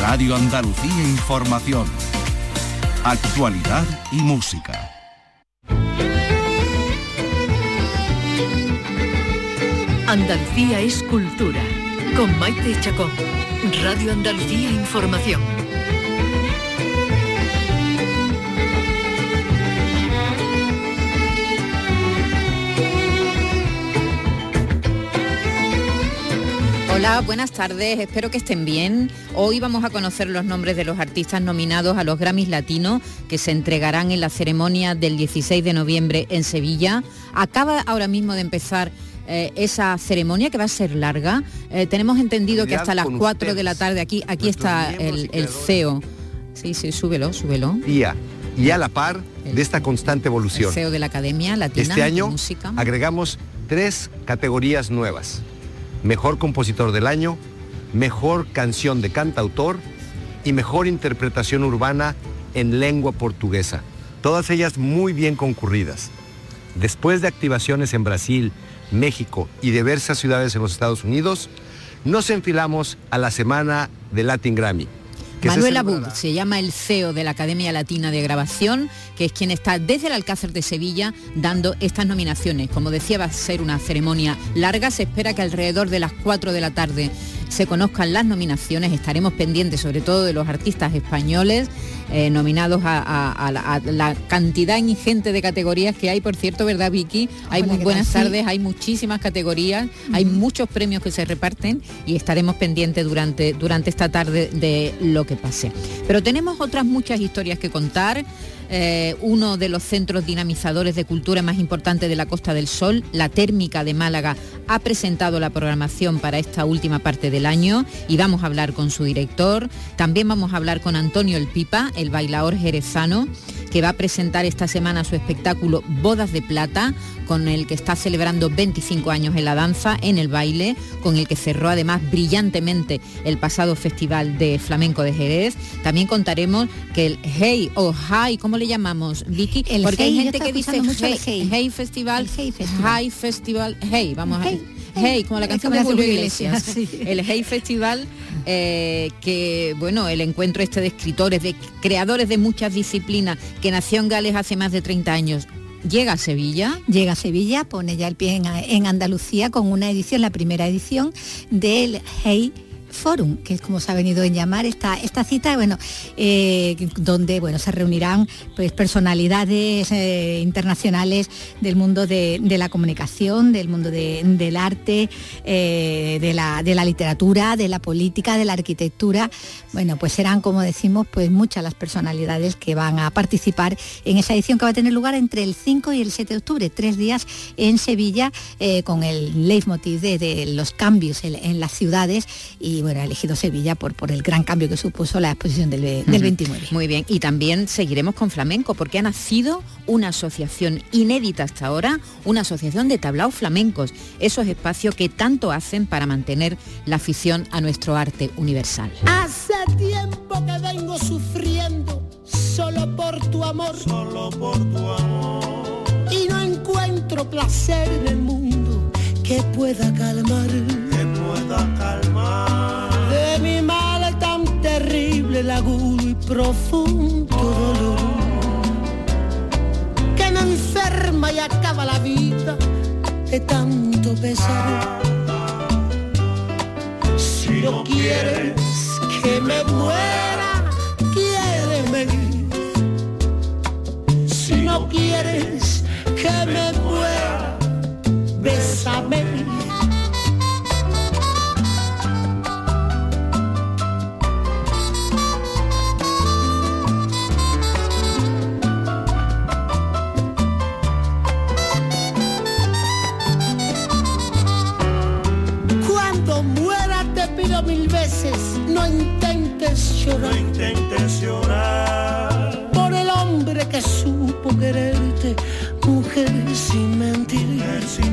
Radio Andalucía Información. Actualidad y música. Andalucía es cultura. Con Maite Chacón. Radio Andalucía Información. Hola, buenas tardes, espero que estén bien. Hoy vamos a conocer los nombres de los artistas nominados a los Grammys Latinos que se entregarán en la ceremonia del 16 de noviembre en Sevilla. Acaba ahora mismo de empezar esa ceremonia, que va a ser larga. Tenemos entendido que hasta las 4 de la tarde, aquí está el CEO. Sí, súbelo. Y a la par de esta constante evolución. El CEO de la Academia Latina este año de Música. Agregamos 3 categorías nuevas: Mejor Compositor del Año, Mejor Canción de Cantautor y Mejor Interpretación Urbana en Lengua Portuguesa. Todas ellas muy bien concurridas. Después de activaciones en Brasil, México y diversas ciudades en los Estados Unidos, nos enfilamos a la semana de Latin Grammy. Manuel Abud se llama el CEO de la Academia Latina de Grabación, que es quien está desde el Alcázar de Sevilla dando estas nominaciones. Como decía, va a ser una ceremonia larga. Se espera que alrededor de las 4 de la tarde se conozcan las nominaciones. Estaremos pendientes sobre todo de los artistas españoles nominados a la cantidad ingente de categorías que hay. Por cierto, ¿verdad, Vicky? Hay muy buenas tardes, hay muchísimas categorías, hay muchos premios que se reparten y estaremos pendientes durante esta tarde de lo que pase. Pero tenemos otras muchas historias que contar. Uno de los centros dinamizadores de cultura más importantes de la Costa del Sol, la Térmica de Málaga, ha presentado la programación para esta última parte del año y vamos a hablar con su director. También vamos a hablar con Antonio El Pipa, el bailaor jerezano, que va a presentar esta semana su espectáculo Bodas de Plata, con el que está celebrando 25 años en la danza, en el baile, con el que cerró además brillantemente el pasado Festival de Flamenco de Jerez. También contaremos que el Hey o High, ¿cómo le llamamos, Vicky? Porque hay gente que dice Hey Festival, High Festival, Hey, vamos a ver. Hey, como la canción de Julio Iglesias. Sí. El Hey Festival, que bueno, el encuentro de escritores, de creadores de muchas disciplinas, que nació en Gales hace más de 30 años. ¿Llega a Sevilla? Llega a Sevilla, pone ya el pie en Andalucía con una edición, la primera edición del Hey Forum, que es como se ha venido a llamar esta cita, donde se reunirán pues personalidades internacionales del mundo de la comunicación, del mundo del arte, de la literatura, de la política, de la arquitectura. Pues serán, como decimos, pues muchas las personalidades que van a participar en esa edición, que va a tener lugar entre el 5 y el 7 de octubre, 3 días en Sevilla, con el leitmotiv de los cambios en las ciudades. Y ha elegido Sevilla por el gran cambio que supuso la exposición del 29. Muy bien, y también seguiremos con flamenco, porque ha nacido una asociación inédita hasta ahora, una asociación de tablaos flamencos, esos espacios que tanto hacen para mantener la afición a nuestro arte universal. Hace tiempo que vengo sufriendo solo por tu amor, y no encuentro placer en el mundo que pueda calmar. De mi mal tan terrible, el agudo y profundo dolor, que me enferma y acaba la vida de tanto pesar. Si no quieres que me muera, quiéreme. Si no quieres que me muera, bésame. No intentes llorar por el hombre que supo quererte, mujer sin mentir,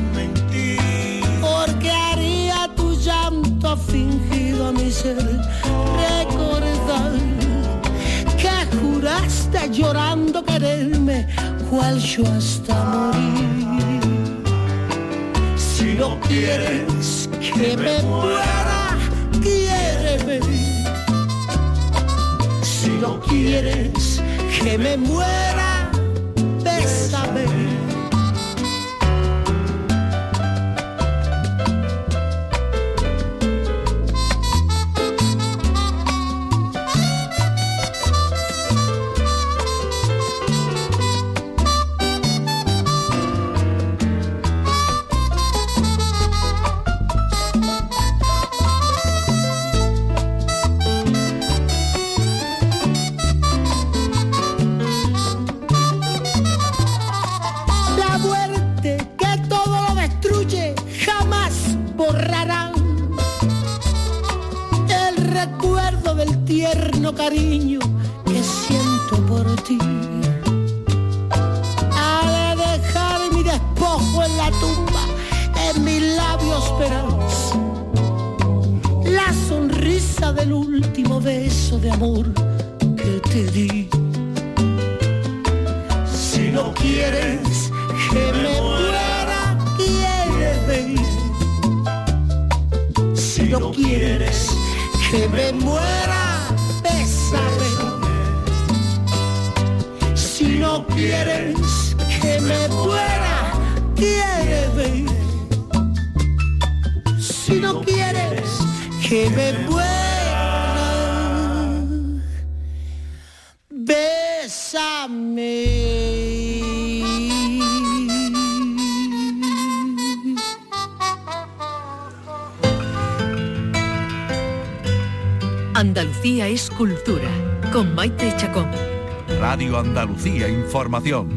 porque haría tu llanto fingido a mi ser recordar que juraste llorando quererme, cual yo hasta morir. Si no quieres que me muera, quiéreme. quieres que me muera, bésame. Cariño que siento por ti. Ha de dejar mi despojo en la tumba, en mis labios verás la sonrisa del último beso de amor que te di. Si no quieres que me muera, quiéreme. Si no quieres que me muera, si no quieres que me muera, quiéreme. Si no quieres que me muera, bésame. Andalucía es cultura, con Maite Chacón. Radio Andalucía Información.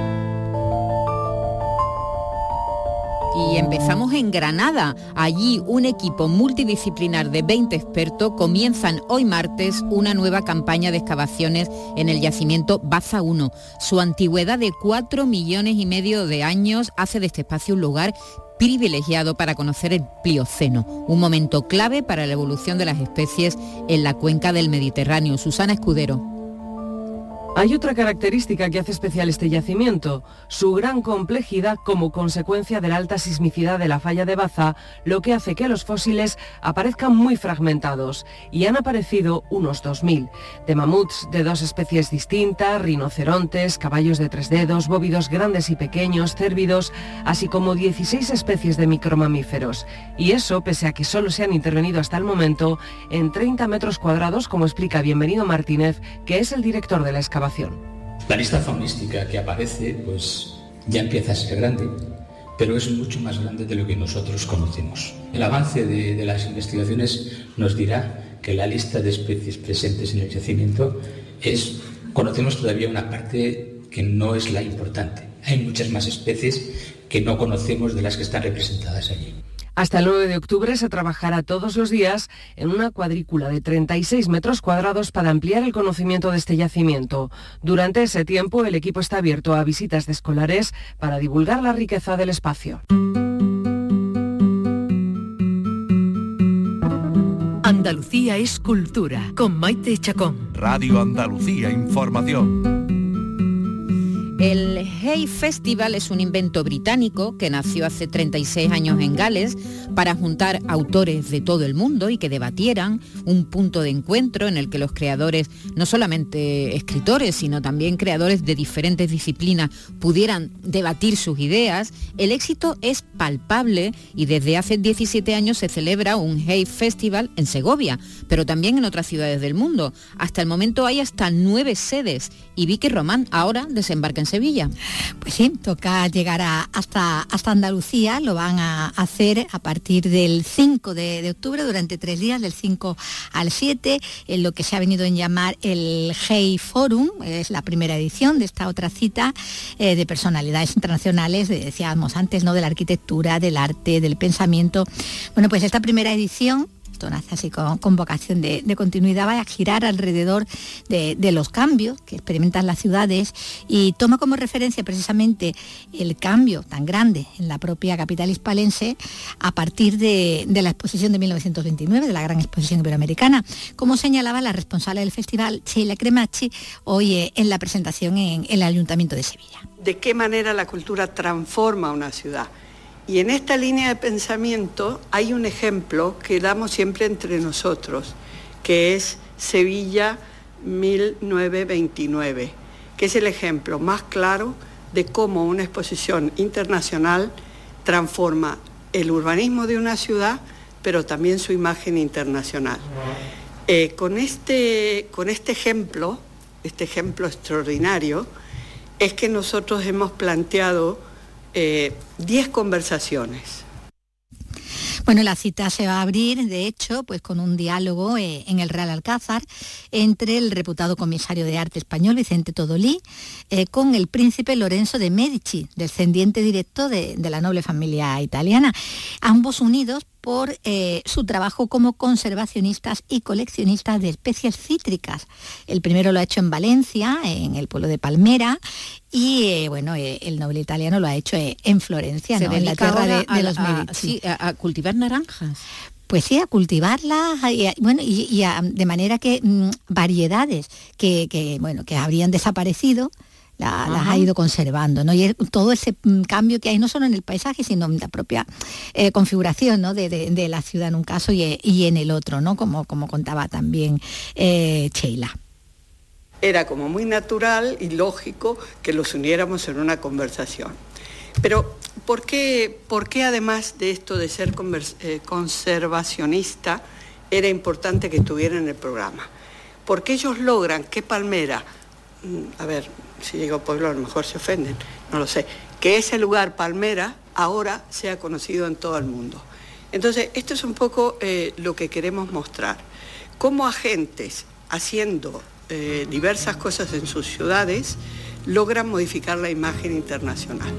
Y empezamos en Granada. Allí un equipo multidisciplinar de 20 expertos comienzan hoy martes una nueva campaña de excavaciones en el yacimiento Baza 1. Su antigüedad de 4,5 millones de años hace de este espacio un lugar privilegiado para conocer el Plioceno, un momento clave para la evolución de las especies en la cuenca del Mediterráneo. Susana Escudero. Hay otra característica que hace especial este yacimiento, su gran complejidad como consecuencia de la alta sismicidad de la falla de Baza, lo que hace que los fósiles aparezcan muy fragmentados, y han aparecido unos 2.000, de mamuts de 2 especies distintas, rinocerontes, caballos de 3 dedos, bóvidos grandes y pequeños, cérvidos, así como 16 especies de micromamíferos. Y eso pese a que solo se han intervenido hasta el momento en 30 metros cuadrados, como explica Bienvenido Martínez, que es el director de la excavación. La lista faunística que aparece pues ya empieza a ser grande, pero es mucho más grande de lo que nosotros conocemos. El avance de las investigaciones nos dirá que la lista de especies presentes en el yacimiento conocemos todavía una parte que no es la importante. Hay muchas más especies que no conocemos de las que están representadas allí. Hasta el 9 de octubre se trabajará todos los días en una cuadrícula de 36 metros cuadrados para ampliar el conocimiento de este yacimiento. Durante ese tiempo, el equipo está abierto a visitas de escolares para divulgar la riqueza del espacio. Andalucía es cultura, con Maite Chacón. Radio Andalucía Información. El Hay Festival es un invento británico que nació hace 36 años en Gales para juntar autores de todo el mundo y que debatieran, un punto de encuentro en el que los creadores, no solamente escritores, sino también creadores de diferentes disciplinas, pudieran debatir sus ideas. El éxito es palpable y desde hace 17 años se celebra un Hay Festival en Segovia, pero también en otras ciudades del mundo. Hasta el momento hay hasta 9 sedes y Vicky Román ahora desembarca en Sevilla. Pues sí, toca llegar hasta Andalucía. Lo van a hacer a partir del 5 de octubre, durante 3 días, del 5 al 7, en lo que se ha venido a llamar el Hay Forum. Es la primera edición de esta otra cita de personalidades internacionales, decíamos antes, ¿no?, de la arquitectura, del arte, del pensamiento. Bueno, pues esta primera edición, esto nace así con vocación de continuidad, va a girar alrededor de los cambios que experimentan las ciudades y toma como referencia precisamente el cambio tan grande en la propia capital hispalense a partir de la exposición de 1929, de la gran exposición iberoamericana, como señalaba la responsable del festival, Sheila Cremacci, hoy en la presentación en el Ayuntamiento de Sevilla. ¿De qué manera la cultura transforma una ciudad? Y en esta línea de pensamiento hay un ejemplo que damos siempre entre nosotros, que es Sevilla 1929, que es el ejemplo más claro de cómo una exposición internacional transforma el urbanismo de una ciudad, pero también su imagen internacional. Con este ejemplo extraordinario, es que nosotros hemos planteado 10 conversaciones. Bueno, la cita se va a abrir, de hecho, pues con un diálogo en el Real Alcázar entre el reputado comisario de arte español, Vicente Todolí, con el príncipe Lorenzo de Medici, descendiente directo de la noble familia italiana, ambos unidos por su trabajo como conservacionistas y coleccionistas de especies cítricas. El primero lo ha hecho en Valencia, en el pueblo de Palmera, y el noble italiano lo ha hecho en Florencia, ¿no? En la tierra de los Medici. A cultivar naranjas. Pues sí, a cultivarlas de manera que variedades que habrían desaparecido las ha ido conservando, ¿no? Y todo ese cambio que hay no solo en el paisaje, sino en la propia configuración, ¿no? de la ciudad en un caso y en el otro, ¿no? Como contaba también Sheila. Era como muy natural y lógico que los uniéramos en una conversación. Pero, ¿por qué además de esto de ser conservacionista era importante que estuviera en el programa? Porque ellos logran que Palmera, a ver, si llego a pueblo a lo mejor se ofenden, no lo sé, que ese lugar, Palmera, ahora sea conocido en todo el mundo. Entonces, esto es un poco lo que queremos mostrar. Cómo agentes haciendo diversas cosas en sus ciudades logran modificar la imagen internacional.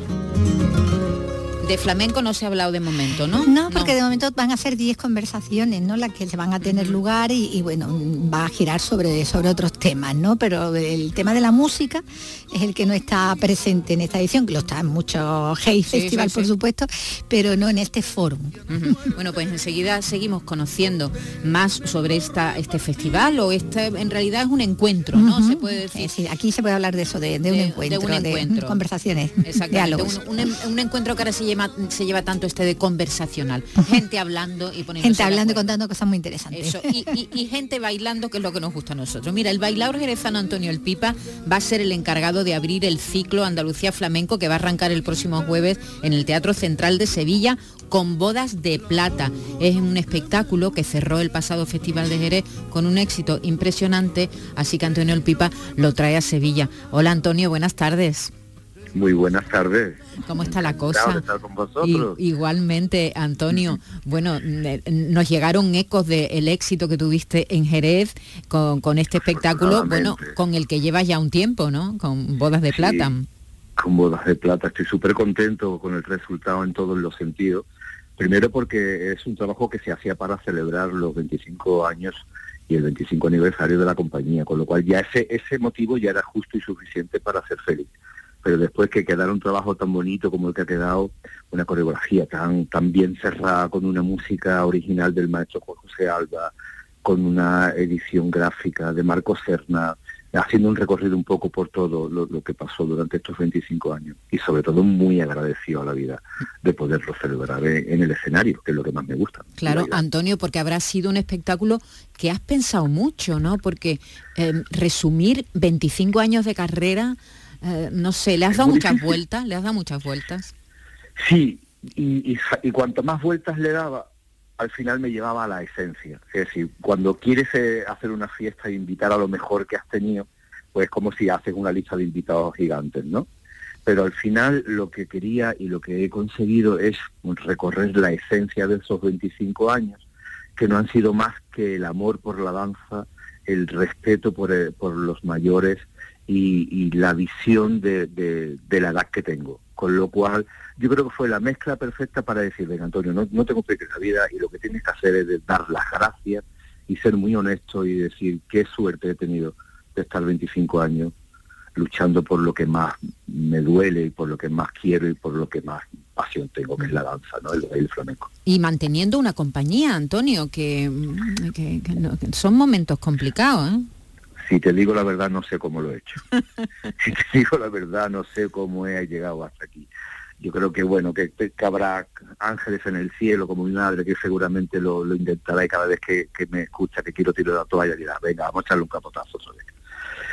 De flamenco no se ha hablado de momento, ¿no? No, porque de momento van a ser 10 conversaciones, ¿no? Las que se van a tener lugar y va a girar sobre otros temas, ¿no? Pero el tema de la música es el que no está presente en esta edición, que lo está en muchos Festival, por supuesto, pero no en este foro. Bueno, pues enseguida seguimos conociendo más sobre este festival, o en realidad es un encuentro, ¿no? Se puede decir. Sí, aquí se puede hablar de eso, de un encuentro, de conversaciones, diálogos. Un encuentro que ahora se lleva tanto de conversacional, gente hablando y poniéndose gente hablando y contando cosas muy interesantes. Eso, y gente bailando, que es lo que nos gusta a nosotros. Mira, el bailaor jerezano Antonio El Pipa va a ser el encargado de abrir el ciclo Andalucía Flamenco, que va a arrancar el próximo jueves en el Teatro Central de Sevilla con Bodas de Plata. Es un espectáculo que cerró el pasado Festival de Jerez con un éxito impresionante, así que Antonio El Pipa lo trae a Sevilla. Hola Antonio, buenas tardes. Muy buenas tardes. ¿Cómo está la cosa? Claro, estar con vosotros. Igualmente, Antonio. Bueno, nos llegaron ecos del éxito que tuviste en Jerez con este espectáculo, bueno, con el que llevas ya un tiempo, ¿no? Con Bodas de Plata. Con Bodas de Plata. Estoy súper contento con el resultado en todos los sentidos. Primero porque es un trabajo que se hacía para celebrar los 25 años y el 25 aniversario de la compañía, con lo cual ya ese motivo ya era justo y suficiente para ser feliz. Pero después que quedara un trabajo tan bonito como el que ha quedado, una coreografía tan bien cerrada, con una música original del maestro Juan José Alba, con una edición gráfica de Marco Serna, haciendo un recorrido un poco por todo lo que pasó durante estos 25 años, y sobre todo muy agradecido a la vida de poderlo celebrar en el escenario, que es lo que más me gusta. Claro, Antonio, porque habrá sido un espectáculo que has pensado mucho, ¿no? Porque resumir 25 años de carrera... no sé, ¿le has dado muchas vueltas? Sí, y cuanto más vueltas le daba, al final me llevaba a la esencia. Es decir, cuando quieres hacer una fiesta e invitar a lo mejor que has tenido, pues como si haces una lista de invitados gigantes, ¿no? Pero al final lo que quería y lo que he conseguido es recorrer la esencia de esos 25 años, que no han sido más que el amor por la danza, el respeto por los mayores, y la visión de la edad que tengo. Con lo cual, yo creo que fue la mezcla perfecta para decir, venga Antonio, no te compliques la vida, y lo que tienes que hacer es dar las gracias y ser muy honesto y decir qué suerte he tenido de estar 25 años luchando por lo que más me duele y por lo que más quiero y por lo que más pasión tengo, que es la danza, ¿no? El flamenco. Y manteniendo una compañía, Antonio, que son momentos complicados, ¿eh? Si te digo la verdad, no sé cómo lo he hecho. Si te digo la verdad, no sé cómo he llegado hasta aquí. Yo creo que, bueno, que habrá ángeles en el cielo, como mi madre, que seguramente lo intentará, y cada vez que me escucha que quiero tirar la toalla, dirá, venga, vamos a echarle un capotazo sobre esto.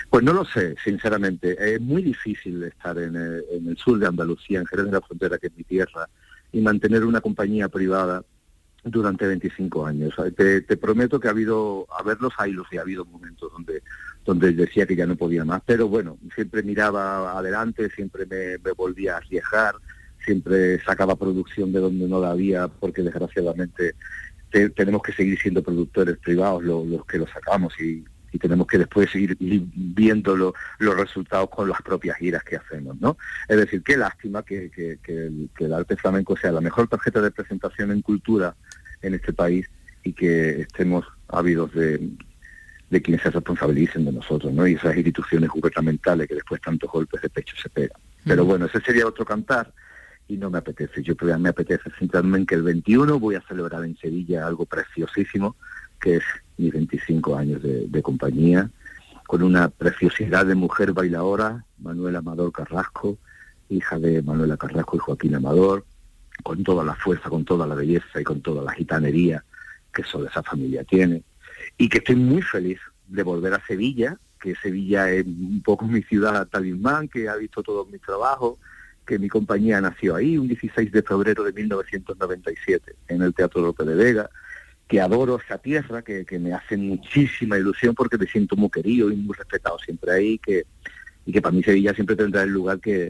Pues no lo sé, sinceramente. Es muy difícil estar en el sur de Andalucía, en Jerez de la Frontera, que es mi tierra, y mantener una compañía privada durante 25 años. Te prometo que ha habido momentos donde decía que ya no podía más, pero bueno, siempre miraba adelante, siempre me volvía a arriesgar, siempre sacaba producción de donde no la había, porque desgraciadamente tenemos que seguir siendo productores privados los que lo sacamos y tenemos que después seguir viendo los resultados con las propias giras que hacemos, ¿no? Es decir, qué lástima que el arte flamenco sea la mejor tarjeta de presentación en cultura en este país y que estemos ávidos de quienes se responsabilicen de nosotros, ¿no? Y esas instituciones gubernamentales que después tantos golpes de pecho se pegan. Pero bueno, ese sería otro cantar y no me apetece. Me apetece centrarme en que el 21 voy a celebrar en Sevilla algo preciosísimo, que es mis 25 años de compañía, con una preciosidad de mujer bailadora, Manuela Amador Carrasco, hija de Manuela Carrasco y Joaquín Amador, con toda la fuerza, con toda la belleza y con toda la gitanería que solo esa familia tiene. Y que estoy muy feliz de volver a Sevilla, que Sevilla es un poco mi ciudad talismán, que ha visto todos mis trabajos, que mi compañía nació ahí, un 16 de febrero de 1997, en el Teatro Lope de Vega, que adoro esa tierra, que me hace muchísima ilusión porque me siento muy querido y muy respetado siempre ahí, y que para mí Sevilla siempre tendrá el lugar que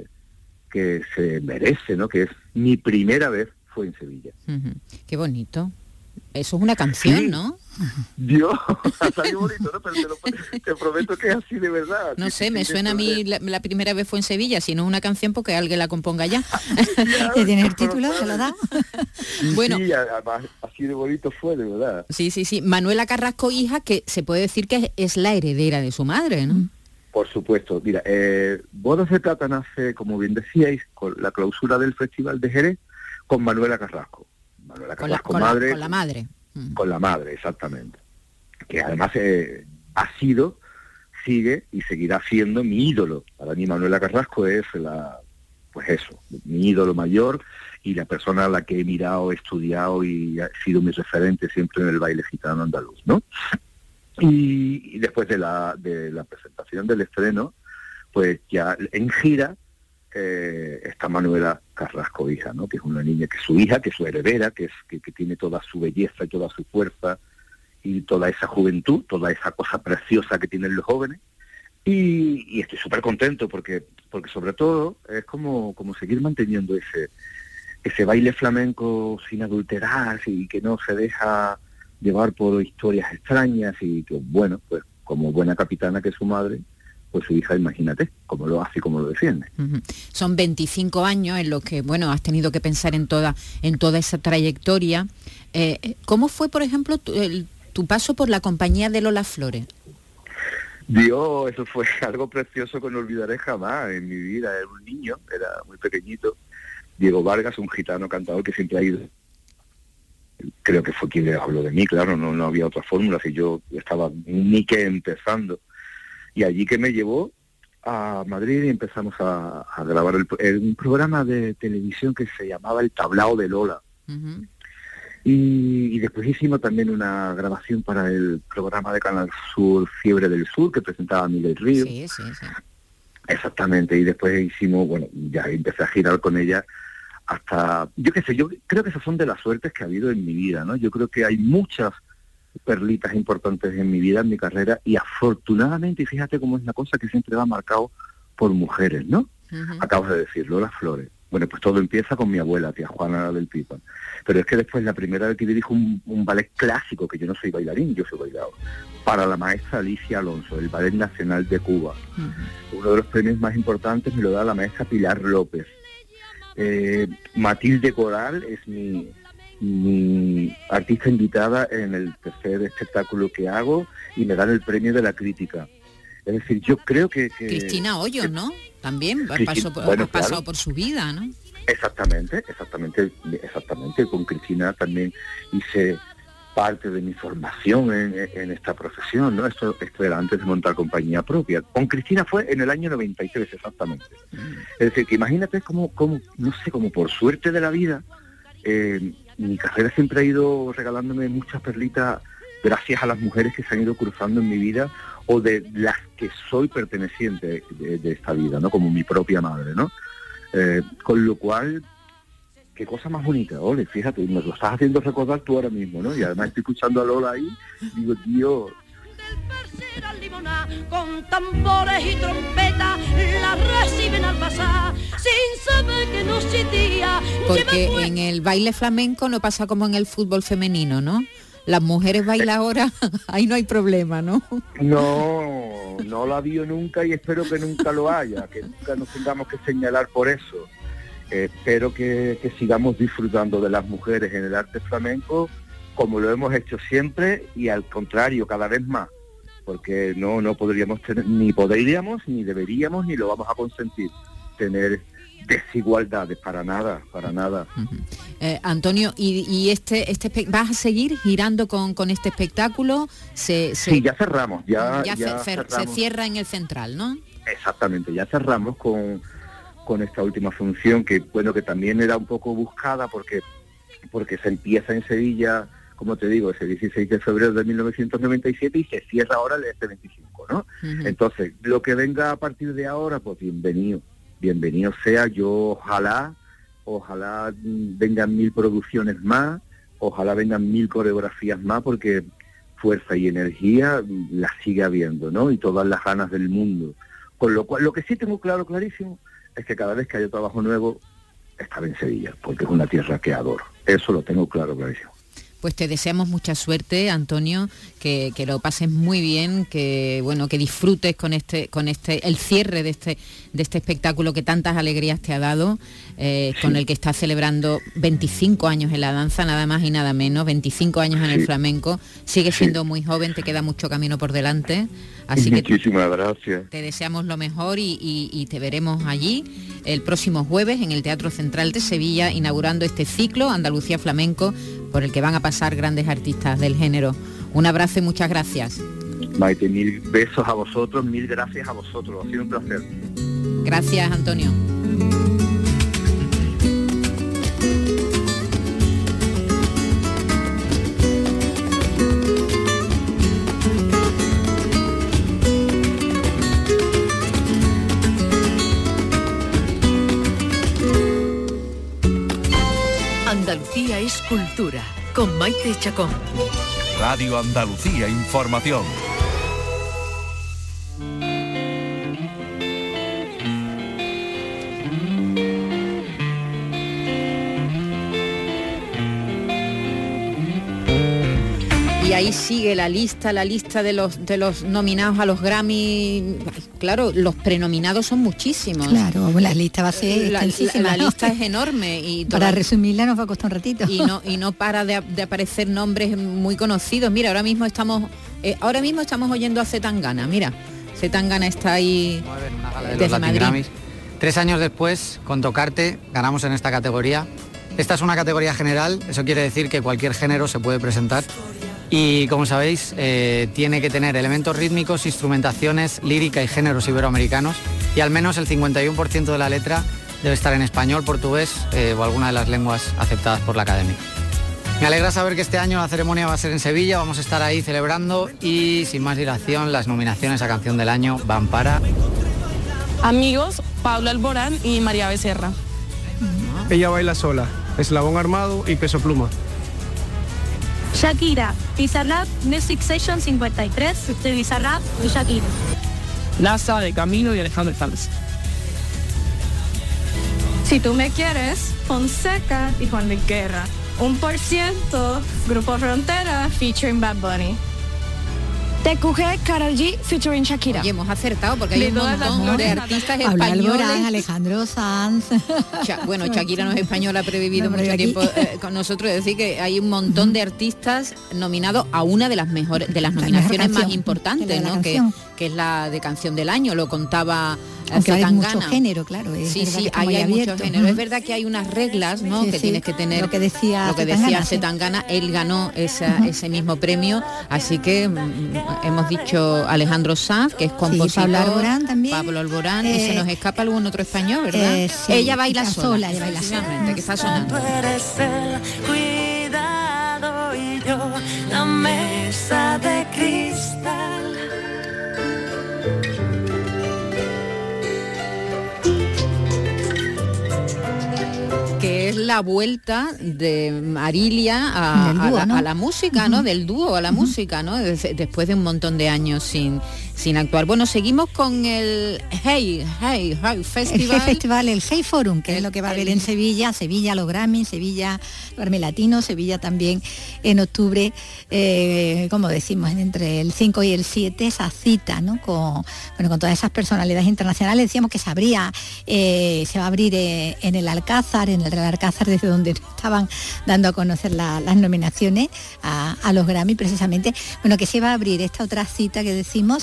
se merece, ¿no? Que es mi primera vez fue en Sevilla. Uh-huh. Qué bonito. Eso es una canción, sí, ¿no? Dios, salió bonito, ¿no? Pero te prometo que es así de verdad. No sé, me suena a mí la primera vez fue en Sevilla, si no es una canción porque alguien la componga ya. ¿Te tienes el título? ¿Se lo da? Bueno, sí, además, así de bonito fue, de verdad. Sí. Manuela Carrasco, hija, que se puede decir que es la heredera de su madre, ¿no? Por supuesto. Mira, Bodas de Plata nace, como bien decíais, con la clausura del Festival de Jerez, con Manuela Carrasco. Manuela Carrasco, con madre. Con la madre. Con la madre, exactamente. Que además sigue y seguirá siendo mi ídolo. Para mí Manuela Carrasco es mi ídolo mayor y la persona a la que he mirado, he estudiado y ha sido mi referente siempre en el baile gitano andaluz, ¿no? Y después de la presentación del estreno, pues ya en gira está Manuela Carrasco, hija, ¿no? Que es una niña, que es su hija, que es su heredera, que tiene toda su belleza y toda su fuerza y toda esa juventud, toda esa cosa preciosa que tienen los jóvenes. Y estoy súper contento porque sobre todo es como seguir manteniendo ese baile flamenco sin adulterar y que no se deja llevar por historias extrañas y que, bueno, pues como buena capitana que es su madre, pues su hija, imagínate, cómo lo hace y cómo lo defiende. Uh-huh. Son 25 años en los que, bueno, has tenido que pensar en toda esa trayectoria. ¿Cómo fue, por ejemplo, tu paso por la compañía de Lola Flores? Dios, eso fue algo precioso que no olvidaré jamás en mi vida. Era un niño, era muy pequeñito. Diego Vargas, un gitano cantador que siempre ha ido. Creo que fue quien le habló de mí, claro, no había otra fórmula, si yo estaba ni que empezando. Y allí que me llevó a Madrid y empezamos a grabar un programa de televisión que se llamaba El Tablao de Lola. Uh-huh. Y después hicimos también una grabación para el programa de Canal Sur, Fiebre del Sur, que presentaba Miguel Río. Sí. Exactamente, y después hicimos, bueno, ya empecé a girar con ella hasta, yo creo que esas son de las suertes que ha habido en mi vida, ¿no? Yo creo que hay muchas perlitas importantes en mi vida, en mi carrera, y afortunadamente, y fíjate cómo es la cosa, que siempre va marcado por mujeres, ¿no? Uh-huh. Acabas de decir, Lola Flores. Bueno, pues todo empieza con mi abuela, tía Juana del Pipa. Pero es que después, la primera vez que dirijo un ballet clásico, que yo no soy bailarín, yo soy bailador, para la maestra Alicia Alonso, el Ballet Nacional de Cuba. Uh-huh. Uno de los premios más importantes me lo da la maestra Pilar López. Matilde Coral es mi artista invitada en el tercer espectáculo que hago y me dan el premio de la crítica. Es decir, yo creo que Cristina Hoyos, ¿no? También ha pasado por su vida, ¿no? Exactamente. Con Cristina también hice parte de mi formación en esta profesión, ¿no? Esto era antes de montar compañía propia. Con Cristina fue en el año 93, exactamente. Es decir, que imagínate como no sé, como por suerte de la vida, mi carrera siempre ha ido regalándome muchas perlitas gracias a las mujeres que se han ido cruzando en mi vida o de las que soy perteneciente de esta vida, ¿no? Como mi propia madre, ¿no? Con lo cual, qué cosa más bonita, Ole, fíjate, me lo estás haciendo recordar tú ahora mismo, ¿no? Y además estoy escuchando a Lola ahí, digo, tío... Con tambores y trompetas la reciben al pasar sin saber que no existía. Porque en el baile flamenco no pasa como en el fútbol femenino, ¿no? Las mujeres bailan ahora, ahí no hay problema, ¿no? No lo ha habido nunca y espero que nunca lo haya, que nunca nos tengamos que señalar por eso. Espero que sigamos disfrutando de las mujeres en el arte flamenco como lo hemos hecho siempre y al contrario, cada vez más. Porque no podríamos tener, ni podríamos, ni deberíamos, ni lo vamos a consentir, tener desigualdades, para nada. Uh-huh. Antonio, ¿y vas a seguir girando con este espectáculo? Sí, ya cerramos, ya cerramos. Se cierra en el Central, ¿no? Exactamente, ya cerramos con esta última función, que bueno, que también era un poco buscada porque se empieza en Sevilla, como te digo, ese 16 de febrero de 1997 y se cierra ahora el 25, ¿no? Uh-huh. Entonces, lo que venga a partir de ahora, pues bienvenido sea. Yo ojalá vengan 1000 producciones más, ojalá vengan 1000 coreografías más, porque fuerza y energía las sigue habiendo, ¿no? Y todas las ganas del mundo. Con lo cual, lo que sí tengo clarísimo, es que cada vez que haya trabajo nuevo, estaré en Sevilla, porque es una tierra que adoro. Eso lo tengo clarísimo. Pues te deseamos mucha suerte, Antonio, que lo pases muy bien, que disfrutes con el cierre de este espectáculo que tantas alegrías te ha dado, con el que estás celebrando 25 años en la danza, nada más y nada menos, 25 años en el flamenco. Sigues siendo muy joven, te queda mucho camino por delante. Así muchísimas gracias. Te deseamos lo mejor y te veremos allí el próximo jueves en el Teatro Central de Sevilla, inaugurando este ciclo Andalucía Flamenco, por el que van a pasar grandes artistas del género. Un abrazo y muchas gracias. Maite, 1000 besos a vosotros, 1000 gracias a vosotros. Ha sido un placer. Gracias, Antonio. Andalucía es cultura, con Maite Chacón. Radio Andalucía Información. Y ahí sigue la lista de los nominados a los Grammy. Claro, los prenominados son muchísimos. Claro, la lista va a ser extensísima. La lista es enorme. Y para resumirla nos va a costar un ratito. Y no para de aparecer nombres muy conocidos. Mira, ahora mismo estamos oyendo a Zetangana. Mira, Zetangana está ahí desde Madrid. Grammys. 3 años después, con Tocarte, ganamos en esta categoría. Esta es una categoría general, eso quiere decir que cualquier género se puede presentar. Y como sabéis, tiene que tener elementos rítmicos, instrumentaciones, lírica y géneros iberoamericanos, y al menos el 51% de la letra debe estar en español, portugués o alguna de las lenguas aceptadas por la Academia. Me alegra saber que este año la ceremonia va a ser en Sevilla, vamos a estar ahí celebrando y sin más dilación las nominaciones a Canción del Año van para... Amigos, Pablo Alborán y María Becerra. Ella baila sola, Eslabón Armado y Peso Pluma. Shakira, Bizarrap, Next Session 53, de Bizarrap y Shakira. Laza, de Camilo y Alejandro Sanz. Si tú me quieres, Fonseca y Juan Luis Guerra. 1%, Grupo Frontera, featuring Bad Bunny. TQG, Karol G, featuring Shakira. Oye, hemos acertado porque hay un montón de artistas españoles. Alborán, Alejandro Sanz. Bueno, Shakira no es española, pero he vivido mucho tiempo con nosotros. Es decir, que hay un montón de artistas nominados a una de las mejores, de las nominaciones más importantes, ¿no? Que es la de Canción del Año, lo contaba Zetangana. Hay mucho género, claro. Sí, ahí hay mucho género. Es verdad que hay unas reglas, ¿no? Sí, que tienes que tener. Lo que decía Zetangana, él ganó ese mismo premio, así que hemos dicho Alejandro Sanz, que es compositor, Pablo Alborán también. Pablo Alborán, y se nos escapa algún otro español, ¿verdad? Sí, ella baila sola, ella baila sola. Que está sonando. Cuidado y yo, la mesa de cristal. Que es la vuelta de Marilia a la música, ¿no? Del dúo a la música, ¿no? Después de un montón de años sin actuar. Bueno, seguimos con el Hey Festival. El Hey Forum, que es lo que va a haber en Sevilla, los Grammy, Sevilla, los Grammy Latinos, Sevilla también en octubre, como decimos, entre el 5 y el 7, esa cita, ¿no? Con todas esas personalidades internacionales. Decíamos que se va a abrir en el Alcázar, desde donde estaban dando a conocer las nominaciones a los Grammy, precisamente. Bueno, que se va a abrir esta otra cita que decimos,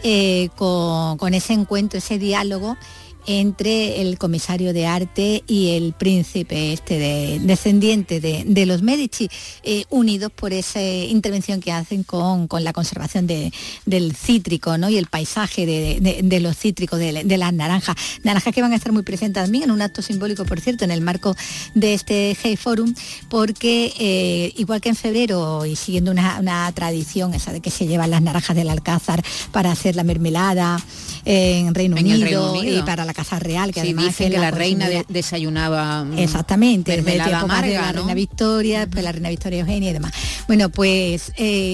con ese encuentro, ese diálogo entre el comisario de arte y el príncipe descendiente de los Medici, unidos por esa intervención que hacen con la conservación del cítrico, ¿no? Y el paisaje de los cítricos, de las naranjas que van a estar muy presentes también en un acto simbólico, por cierto, en el marco de este Hey Forum, porque igual que en febrero, y siguiendo una tradición esa de que se llevan las naranjas del Alcázar para hacer la mermelada en Reino Unido y para la Casa Real, que además dicen que la reina desayunaba exactamente mermelada amarga, de la reina Victoria, después la reina Victoria Eugenia y demás. Bueno, pues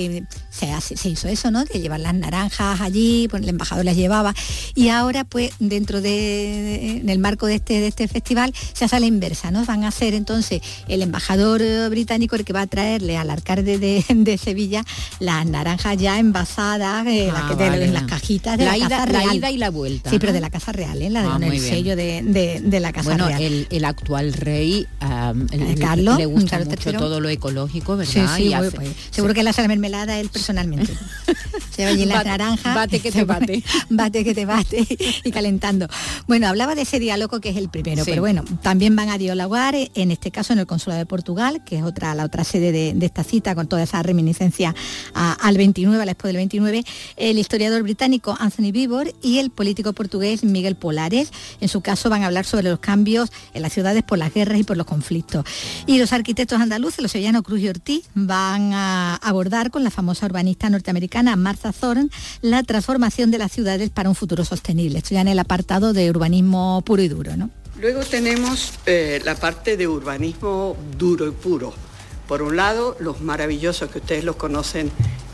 se hizo eso, ¿no? De llevar las naranjas allí, pues el embajador las llevaba, y ahora pues dentro en el marco de este festival se hace a la inversa, ¿no? Van a ser entonces el embajador británico el que va a traerle al alcalde de Sevilla las naranjas ya envasadas, en las cajitas de la Casa Real. La ida y la vuelta. Sí, ¿no? Pero de la Casa Real, con el sello de la Casa Real. Bueno, el actual rey, Carlos, le gusta Carlos mucho III. Todo lo ecológico, ¿verdad? Sí, pues, seguro que él hace la mermelada él personalmente. Se va allí las naranjas. Bate que te bate. Bate que te bate y calentando. Bueno, hablaba de ese diálogo que es el primero, pero bueno, también van a dialogar, en este caso en el Consulado de Portugal, que es la otra sede de esta cita, con toda esa reminiscencia al 29, a la Expo del 29, el historiador británico Anthony Beevor y el político portugués Miguel Polares. En su caso van a hablar sobre los cambios en las ciudades por las guerras y por los conflictos. Y los arquitectos andaluces, los sevillanos Cruz y Ortiz, van a abordar con la famosa urbanista norteamericana Martha Thorne la transformación de las ciudades para un futuro sostenible. Esto ya en el apartado de urbanismo puro y duro, ¿no? Luego tenemos la parte de urbanismo duro y puro. Por un lado, los maravillosos que ustedes los conocen,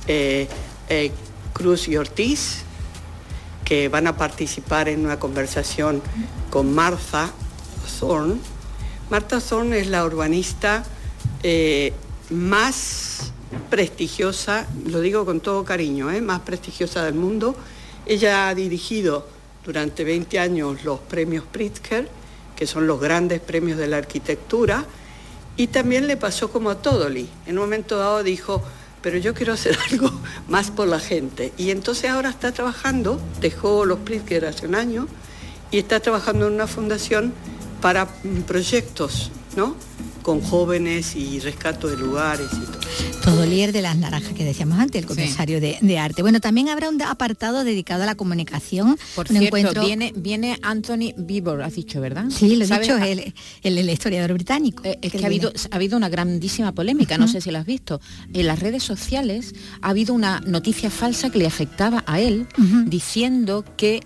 Cruz y Ortiz, que van a participar en una conversación con Martha Thorne. Martha Thorne es la urbanista más prestigiosa, lo digo con todo cariño, más prestigiosa del mundo. Ella ha dirigido durante 20 años los premios Pritzker, que son los grandes premios de la arquitectura, y también le pasó como a Todoli. En un momento dado dijo, pero yo quiero hacer algo más por la gente. Y entonces ahora está trabajando, dejó los Pritzker hace un año, y está trabajando en una fundación para proyectos, ¿no?, con jóvenes y rescate de lugares y todo. Todolier de las naranjas que decíamos antes, el comisario de arte. Bueno, también habrá un apartado dedicado a la comunicación. Por cierto, viene Anthony Beevor, has dicho, ¿verdad? Sí, lo he dicho, el historiador británico. Es que ha habido una grandísima polémica, no sé si la has visto. En las redes sociales ha habido una noticia falsa que le afectaba a él, diciendo que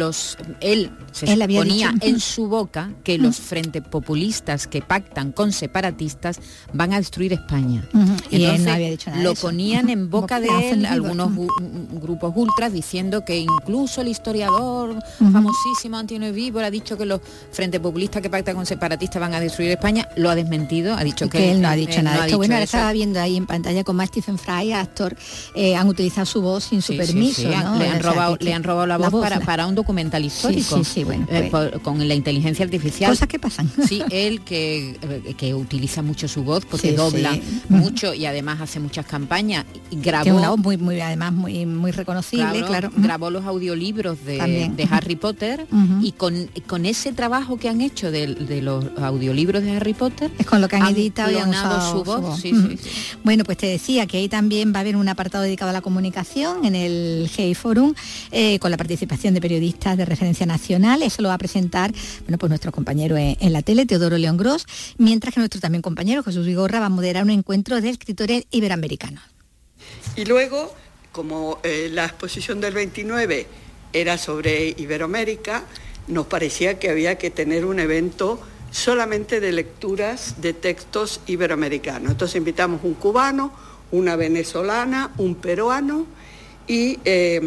él ponía en su boca que los frente populistas que pactan con separatistas van a destruir España. Y él no había dicho nada lo de eso. Ponían en boca de él algunos grupos ultras diciendo que incluso el historiador famosísimo Anthony Beevor ha dicho que los frente populistas que pactan con separatistas van a destruir España. Lo ha desmentido, ha dicho que él no ha dicho nada. No bueno, ahora estaba viendo ahí en pantalla como a Stephen Fry, actor, han utilizado su voz sin su permiso. Sí. ¿No? Le han robado la voz para un documental histórico. Bueno, con la inteligencia artificial. Cosas que pasan. Sí, él que utiliza mucho su voz porque dobla mucho y además hace muchas campañas. Grabó, tiene una voz muy además muy reconocible, claro. Grabó los audiolibros de Harry Potter y con ese trabajo que han hecho de los audiolibros de Harry Potter es con lo que han editado y han usado su voz. Sí. Bueno, pues te decía que ahí también va a haber un apartado dedicado a la comunicación en el Hey Forum, con la participación de periodistas de referencia nacional. Eso lo va a presentar pues nuestro compañero en la tele, Teodoro León Gros, mientras que nuestro también compañero Jesús Vigorra va a moderar un encuentro de escritores iberoamericanos. Y luego, como la exposición del 29 era sobre Iberoamérica, nos parecía que había que tener un evento solamente de lecturas de textos iberoamericanos. Entonces invitamos un cubano, una venezolana, un peruano y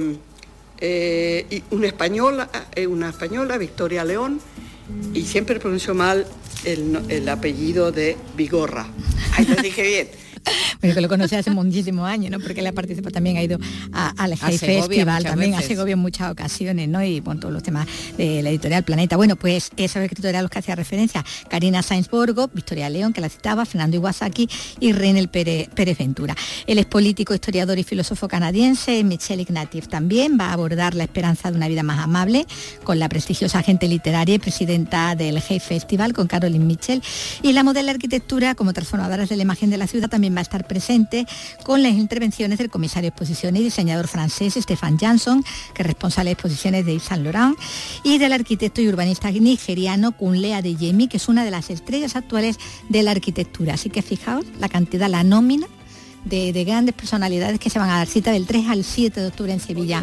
una española, Victoria León, y siempre pronuncio mal el apellido de Vigorra. Ahí lo dije bien. Bueno, que lo conoce hace muchísimos años, ¿no? Porque él participa, también ha ido al Hey Festival, también a Segovia en muchas ocasiones, ¿no? Y con todos los temas de la editorial Planeta. Bueno, pues esos escritores a los que hacía referencia: Karina Sáenz Borgo, Victoria León, que la citaba, Fernando Iwasaki y Renel Pérez Ventura. Él es político, historiador y filósofo canadiense. Michelle Ignatieff también va a abordar la esperanza de una vida más amable con la prestigiosa agente literaria y presidenta del Hey Festival, con Caroline Mitchell. Y la modelo de arquitectura, como transformadoras de la imagen de la ciudad, también va a estar presente con las intervenciones del comisario de exposiciones y diseñador francés Stéphane Jansson, que es responsable de exposiciones de Yves Saint Laurent, y del arquitecto y urbanista nigeriano Kunle Adeyemi, que es una de las estrellas actuales de la arquitectura. Así que fijaos la cantidad, la nómina de grandes personalidades que se van a dar cita del 3 al 7 de octubre en Sevilla.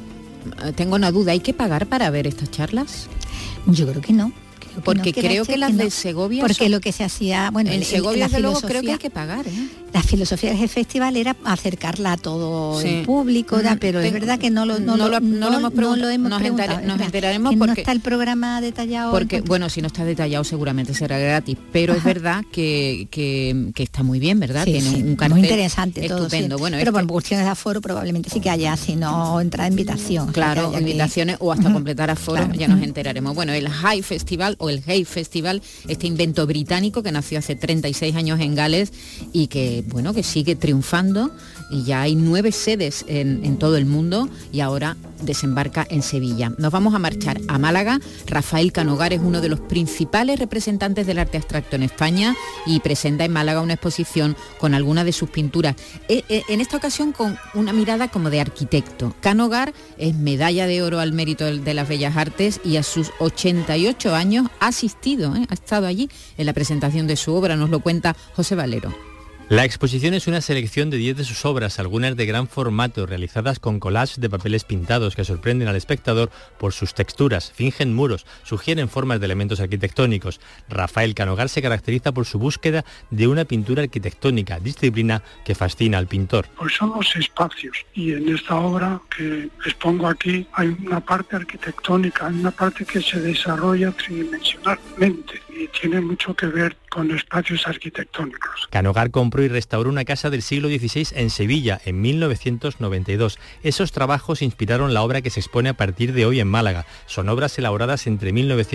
Tengo una duda, ¿hay que pagar para ver estas charlas? Yo creo que no. Porque creo que las de Segovia... Porque lo que se hacía... Bueno, en Segovia, desde luego, creo que hay que pagar, ¿eh? La filosofía del festival era acercarla a todo el público, pero es verdad que no lo hemos preguntado. Nos enteraremos que porque... no está el programa detallado. Porque, bueno, si no está detallado seguramente será gratis, pero es verdad que está muy bien, ¿verdad? Sí, tiene un cartel muy interesante estupendo. Todo, sí. Bueno, pero por cuestiones de aforo probablemente sí que haya, si no entra invitación. Claro, invitaciones o hasta completar aforo, ya nos enteraremos. Bueno, el Hey Festival o el Hey Festival, este invento británico que nació hace 36 años en Gales y que, bueno, que sigue triunfando, y ya hay 9 sedes en todo el mundo y ahora desembarca en Sevilla. Nos vamos a marchar a Málaga. Rafael Canogar es uno de los principales representantes del arte abstracto en España y presenta en Málaga una exposición con algunas de sus pinturas, en esta ocasión con una mirada como de arquitecto. Canogar es medalla de oro al mérito de las bellas artes y a sus 88 años ha asistido, ha estado allí en la presentación de su obra. Nos lo cuenta José Valero. La exposición es una selección de 10 de sus obras, algunas de gran formato, realizadas con collages de papeles pintados que sorprenden al espectador por sus texturas, fingen muros, sugieren formas de elementos arquitectónicos. Rafael Canogar se caracteriza por su búsqueda de una pintura arquitectónica, disciplina que fascina al pintor. Pues son los espacios, y en esta obra que expongo aquí hay una parte arquitectónica, hay una parte que se desarrolla tridimensionalmente y tiene mucho que ver con espacios arquitectónicos. Canogar compró y restauró una casa del siglo XVI en Sevilla en 1992. Esos trabajos inspiraron la obra que se expone a partir de hoy en Málaga. Son obras elaboradas entre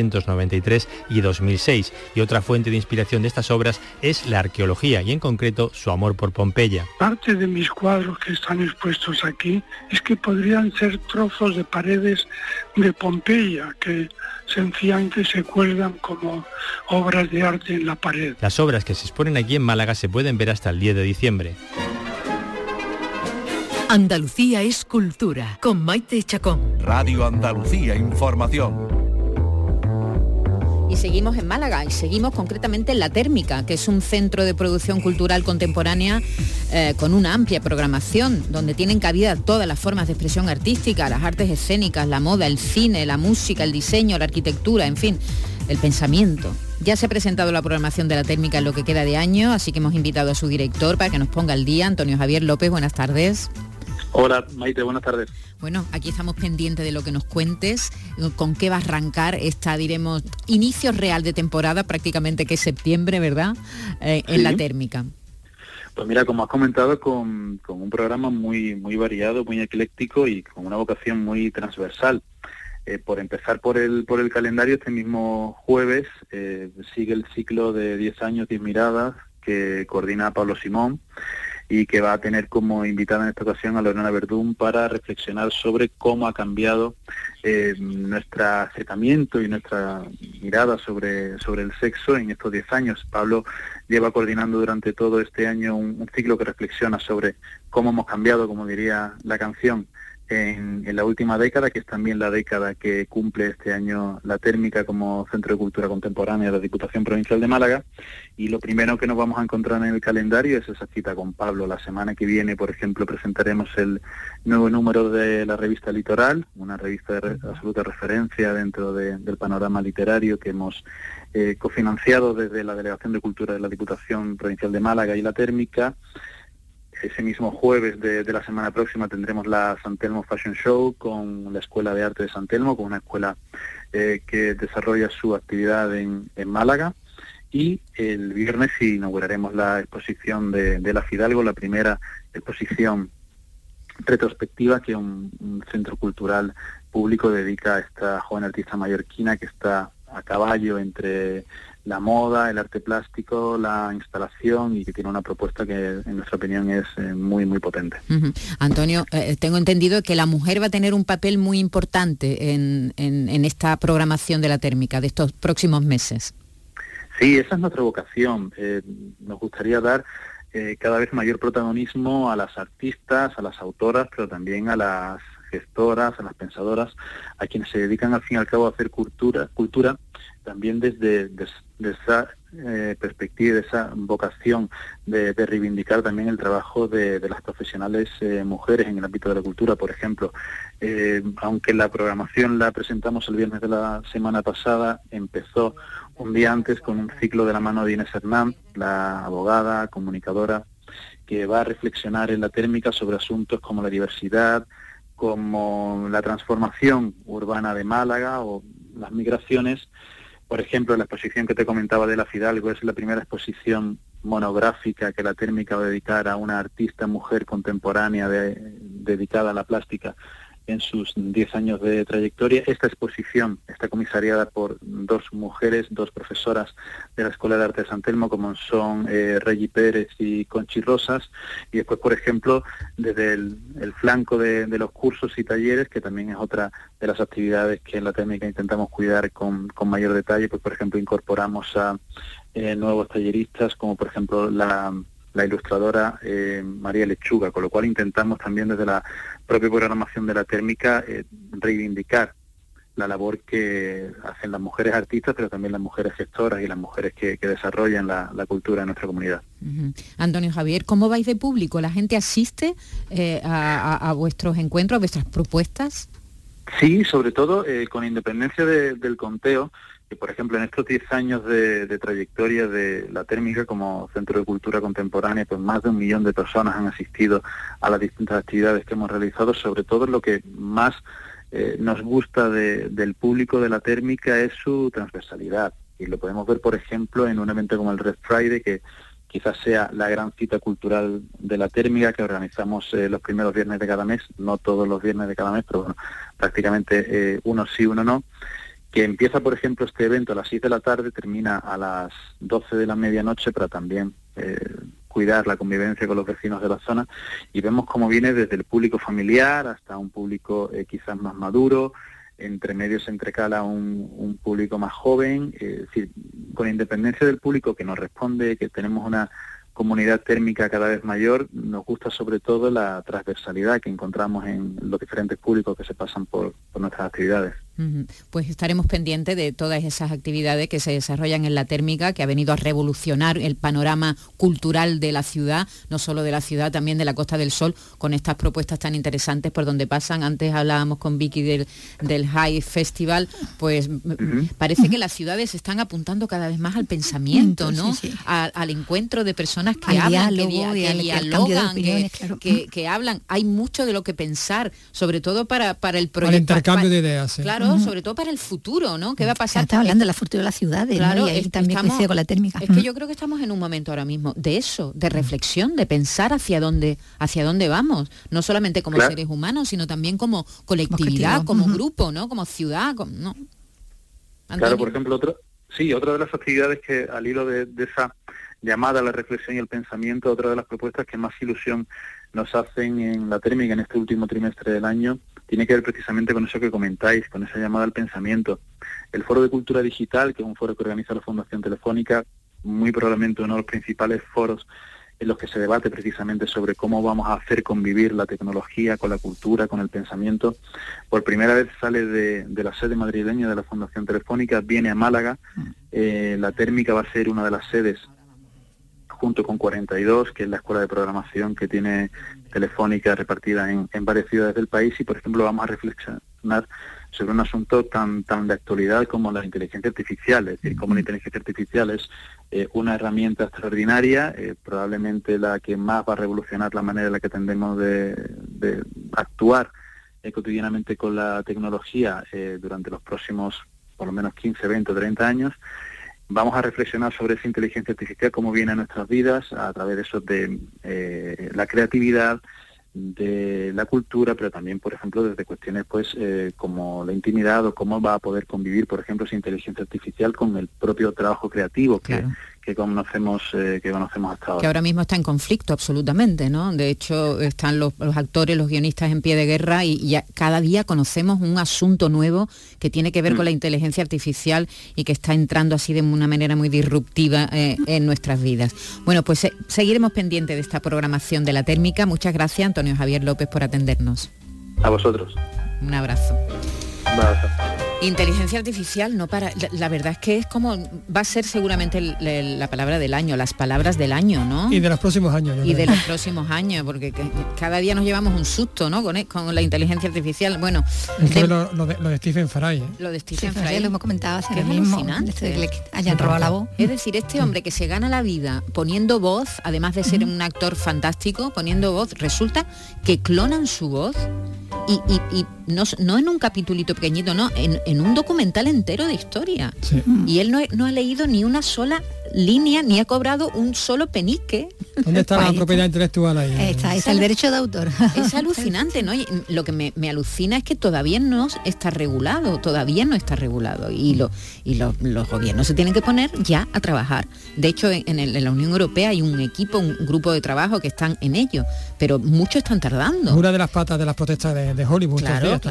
1993 y 2006, y otra fuente de inspiración de estas obras es la arqueología y en concreto su amor por Pompeya. Parte de mis cuadros que están expuestos aquí es que podrían ser trozos de paredes de Pompeya que sencillamente se cuelgan como obras de arte en la pared. Las obras que se exponen aquí en Málaga se pueden ver hasta el 10 de diciembre. Andalucía es cultura, con Maite Chacón. Radio Andalucía Información. Y seguimos en Málaga, y seguimos concretamente en La Térmica, que es un centro de producción cultural contemporánea con una amplia programación, donde tienen cabida todas las formas de expresión artística, las artes escénicas, la moda, el cine, la música, el diseño, la arquitectura, en fin, el pensamiento. Ya se ha presentado la programación de La Térmica en lo que queda de año, así que hemos invitado a su director para que nos ponga al día, Antonio Javier López. Buenas tardes. Hola, Maite, buenas tardes. Bueno, aquí estamos pendientes de lo que nos cuentes, con qué va a arrancar esta, diremos, inicio real de temporada, prácticamente que es septiembre, ¿verdad? En La Térmica. Pues mira, como has comentado, con un programa muy variado, muy ecléctico y con una vocación muy transversal. Por empezar por el calendario, este mismo jueves sigue el ciclo de 10 años, 10 miradas, que coordina Pablo Simón, y que va a tener como invitada en esta ocasión a Lorena Verdún para reflexionar sobre cómo ha cambiado nuestro acercamiento y nuestra mirada sobre el sexo en estos 10 años. Pablo lleva coordinando durante todo este año un ciclo que reflexiona sobre cómo hemos cambiado, como diría la canción, en la última década, que es también la década que cumple este año la Térmica como Centro de Cultura Contemporánea de la Diputación Provincial de Málaga. Y lo primero que nos vamos a encontrar en el calendario es esa cita con Pablo. La semana que viene, por ejemplo, presentaremos el nuevo número de la revista Litoral, una revista de absoluta referencia dentro del panorama literario que hemos cofinanciado desde la Delegación de Cultura de la Diputación Provincial de Málaga y la Térmica. Ese mismo jueves de la semana próxima tendremos la San Telmo Fashion Show con la Escuela de Arte de San Telmo, con una escuela que desarrolla su actividad en Málaga. Y el viernes inauguraremos la exposición de la Fidalgo, la primera exposición retrospectiva que un centro cultural público dedica a esta joven artista mallorquina que está a caballo entre la moda, el arte plástico, la instalación, y que tiene una propuesta que en nuestra opinión es muy potente. Antonio, tengo entendido que la mujer va a tener un papel muy importante en esta programación de la Térmica de estos próximos meses. Sí, esa es nuestra vocación. Nos gustaría dar cada vez mayor protagonismo a las artistas, a las autoras, pero también a las gestoras, a las pensadoras, a quienes se dedican al fin y al cabo a hacer cultura también desde esa perspectiva, de esa vocación de reivindicar también el trabajo de las profesionales mujeres en el ámbito de la cultura. Por ejemplo, aunque la programación la presentamos el viernes de la semana pasada, empezó un día antes con un ciclo de la mano de Inés Hernán, la abogada, comunicadora, que va a reflexionar en la Térmica sobre asuntos como la diversidad, como la transformación urbana de Málaga o las migraciones. Por ejemplo, la exposición que te comentaba de la Fidalgo es la primera exposición monográfica que la Térmica va a dedicar a una artista mujer contemporánea dedicada a la plástica en sus 10 años de trayectoria. Esta exposición está comisariada por dos mujeres, dos profesoras de la Escuela de Arte de San Telmo, como son Reggie Pérez y Conchi Rosas, y después, por ejemplo, desde el flanco de los cursos y talleres, que también es otra de las actividades que en la Térmica intentamos cuidar con mayor detalle, pues por ejemplo incorporamos a nuevos talleristas, como por ejemplo la ilustradora María Lechuga, con lo cual intentamos también desde la propia programación de la Térmica reivindicar la labor que hacen las mujeres artistas, pero también las mujeres gestoras y las mujeres que desarrollan la cultura en nuestra comunidad. Antonio Javier, ¿cómo vais de público? ¿La gente asiste a vuestros encuentros, a vuestras propuestas? Sí, sobre todo con independencia del conteo, que por ejemplo en estos 10 años de trayectoria de la Térmica como Centro de Cultura Contemporánea, pues más de 1 millón de personas han asistido a las distintas actividades que hemos realizado. Sobre todo lo que más nos gusta del público de la Térmica es su transversalidad, y lo podemos ver por ejemplo en un evento como el Red Friday, que quizás sea la gran cita cultural de la Térmica, que organizamos los primeros viernes de cada mes, no todos los viernes de cada mes, pero bueno, prácticamente uno sí, uno no, que empieza, por ejemplo, este evento a las 6 de la tarde, termina a las 12 de la medianoche, para también cuidar la convivencia con los vecinos de la zona, y vemos cómo viene desde el público familiar hasta un público quizás más maduro, entre medios se entrecala un público más joven, es decir, con independencia del público que nos responde, que tenemos una comunidad térmica cada vez mayor, nos gusta sobre todo la transversalidad que encontramos en los diferentes públicos que se pasan por nuestras actividades. Pues estaremos pendientes de todas esas actividades que se desarrollan en la Térmica, que ha venido a revolucionar el panorama cultural de la ciudad, no solo de la ciudad, también de la Costa del Sol, con estas propuestas tan interesantes por donde pasan. Antes hablábamos con Vicky del High Festival, pues parece que las ciudades están apuntando cada vez más al pensamiento, ¿no? Sí. Al encuentro de personas que hablan, que dialogan, que hablan. Hay mucho de lo que pensar, sobre todo para el proyecto. Para el intercambio de ideas. Claro, sobre todo para el futuro, ¿no? ¿Qué va a pasar? Está hablando del futuro de las ciudades, claro, ¿no? Y ahí también coincide con la Térmica. Es que yo creo que estamos en un momento ahora mismo de eso, de reflexión, de pensar hacia dónde vamos, no solamente como seres humanos, sino también como colectividad, como grupo, ¿no? Como ciudad, ¿no? Claro, por ejemplo, otra de las actividades que al hilo de esa llamada a la reflexión y el pensamiento, otra de las propuestas que más ilusión nos hacen en la Térmica en este último trimestre del año tiene que ver precisamente con eso que comentáis, con esa llamada al pensamiento. El Foro de Cultura Digital, que es un foro que organiza la Fundación Telefónica, muy probablemente uno de los principales foros en los que se debate precisamente sobre cómo vamos a hacer convivir la tecnología con la cultura, con el pensamiento. Por primera vez sale de la sede madrileña de la Fundación Telefónica, viene a Málaga. La Térmica va a ser una de las sedes, junto con 42, que es la escuela de programación que tiene Telefónica repartida en varias ciudades del país, y por ejemplo vamos a reflexionar sobre un asunto tan de actualidad como la inteligencia artificial. Es decir, cómo la inteligencia artificial es una herramienta extraordinaria, probablemente la que más va a revolucionar la manera en la que tendemos de actuar cotidianamente con la tecnología durante los próximos por lo menos 15, 20 o 30 años. Vamos a reflexionar sobre esa inteligencia artificial, cómo viene a nuestras vidas, a través de eso de la creatividad, de la cultura, pero también, por ejemplo, desde cuestiones como la intimidad, o cómo va a poder convivir, por ejemplo, esa inteligencia artificial con el propio trabajo creativo que conocemos hasta ahora. Que ahora mismo está en conflicto absolutamente, ¿no? De hecho, están los actores, los guionistas en pie de guerra, y ya cada día conocemos un asunto nuevo que tiene que ver con la inteligencia artificial y que está entrando así de una manera muy disruptiva en nuestras vidas. Bueno, pues seguiremos pendientes de esta programación de la Térmica. Muchas gracias, Antonio Javier López, por atendernos. A vosotros. Un abrazo. Un abrazo. Inteligencia artificial no para. La verdad es que es como va a ser seguramente la palabra del año, las palabras del año, ¿no? Y de los próximos años. Y de los próximos años, porque cada día nos llevamos un susto, ¿no? Con la inteligencia artificial. Bueno, lo de Stephen Fry. Lo de Stephen Fry lo hemos comentado hace que es mismo, alucinante. Que le hayan robado la voz. Es decir, este hombre que se gana la vida poniendo voz, además de ser un actor fantástico, poniendo voz, resulta que clonan su voz y no en un capitulito pequeñito, no, en un documental entero de historia. Sí. Y él no ha leído ni una sola línea, ni ha cobrado un solo penique. ¿Dónde está la propiedad intelectual ahí? Está el derecho de autor. Es alucinante, ¿no? Y lo que me alucina es que todavía no está regulado, y los gobiernos se tienen que poner ya a trabajar. De hecho, en la Unión Europea hay un grupo de trabajo que están en ello, pero muchos están tardando. Una de las patas de las protestas de Hollywood. Claro,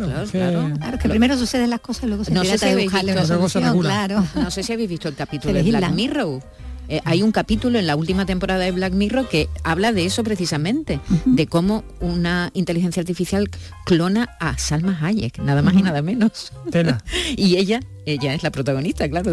que primero suceden las cosas y luego se trata de buscarle una solución, claro. No sé si habéis visto el capítulo de Black Mirror. Hay un capítulo en la última temporada de Black Mirror que habla de eso precisamente, de cómo una inteligencia artificial clona a Salma Hayek, nada más y nada menos. Y ella es la protagonista, claro,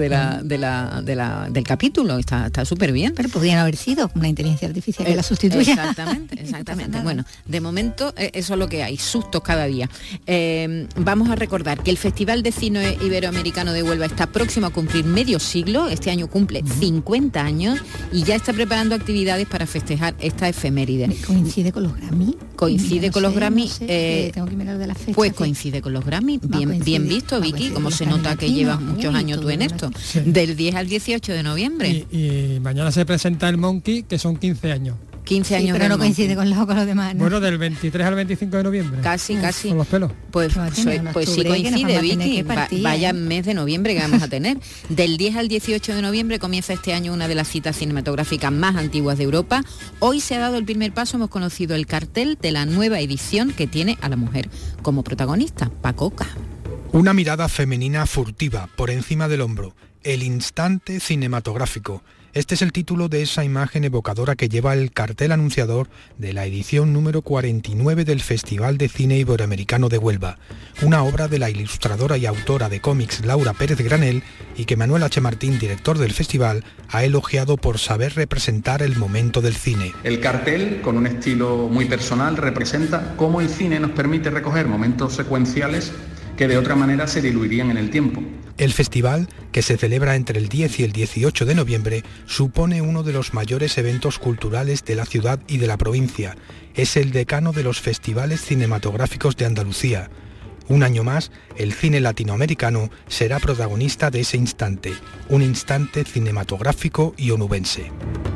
del capítulo. Está súper bien. Pero podrían haber sido una inteligencia artificial que la sustituya. Exactamente. Bueno, de momento eso es lo que hay, sustos cada día. Vamos a recordar que el Festival de Cine Iberoamericano de Huelva está próximo a cumplir medio siglo. Este año cumple 50 años y ya está preparando actividades para festejar esta efeméride. ¿Coincide con los Grammy? Coincide con los Grammy. Tengo que mirar de la fecha. Pues coincide con los Grammy. Bien visto, Vicky, como se nota que llevas muchos años tú en esto. Sí. Del 10 al 18 de noviembre. Y mañana se presenta el Monkey, que son 15 años. 15 años. Pero no coincide con los demás, ¿no? Bueno, del 23 al 25 de noviembre. Casi. Con los pelos. Pues sí coincide, Vicky. Vaya mes de noviembre que vamos a tener. Del 10 al 18 de noviembre comienza este año una de las citas cinematográficas más antiguas de Europa. Hoy se ha dado el primer paso, hemos conocido el cartel de la nueva edición que tiene a la mujer como protagonista, Pacoca. Una mirada femenina furtiva, por encima del hombro. El instante cinematográfico. Este es el título de esa imagen evocadora que lleva el cartel anunciador de la edición número 49 del Festival de Cine Iberoamericano de Huelva, una obra de la ilustradora y autora de cómics Laura Pérez Granel y que Manuel H. Martín, director del festival, ha elogiado por saber representar el momento del cine. El cartel, con un estilo muy personal, representa cómo el cine nos permite recoger momentos secuenciales que de otra manera se diluirían en el tiempo. El festival, que se celebra entre el 10 y el 18 de noviembre, supone uno de los mayores eventos culturales de la ciudad y de la provincia. Es el decano de los festivales cinematográficos de Andalucía. Un año más, el cine latinoamericano será protagonista de ese instante, un instante cinematográfico y onubense.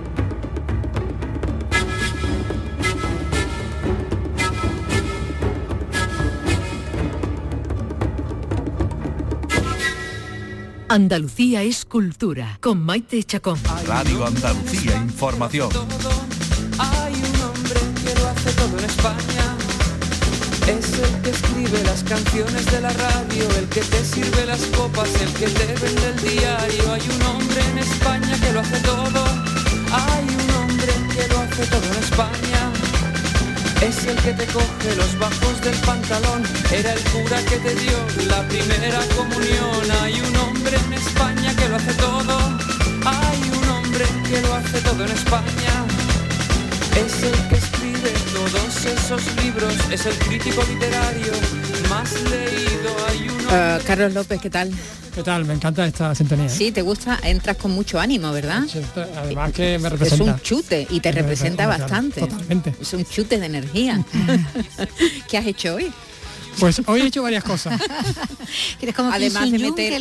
Andalucía es cultura, con Maite Chacón. Radio Andalucía Información. Hay un hombre que lo hace todo en España. Es el que escribe las canciones de la radio, el que te sirve las copas, el que te vende el diario. Hay un hombre en España que lo hace todo. Hay un hombre que lo hace todo en España. Es el que te coge los bajos del pantalón. Era el cura que te dio la primera comunión. Hay un hombre en España que lo hace todo. Hay un hombre que lo hace todo en España. Es el que escribe todos esos libros. Es el crítico literario más leído. Hay un Carlos López, ¿qué tal? ¿Qué tal? Me encanta esta sintonía. Sí, te gusta, entras con mucho ánimo, ¿verdad? Además que me representa. Es un chute y te representa bastante. Totalmente. Es un chute de energía. ¿Qué has hecho hoy? Pues hoy he hecho varias cosas. Además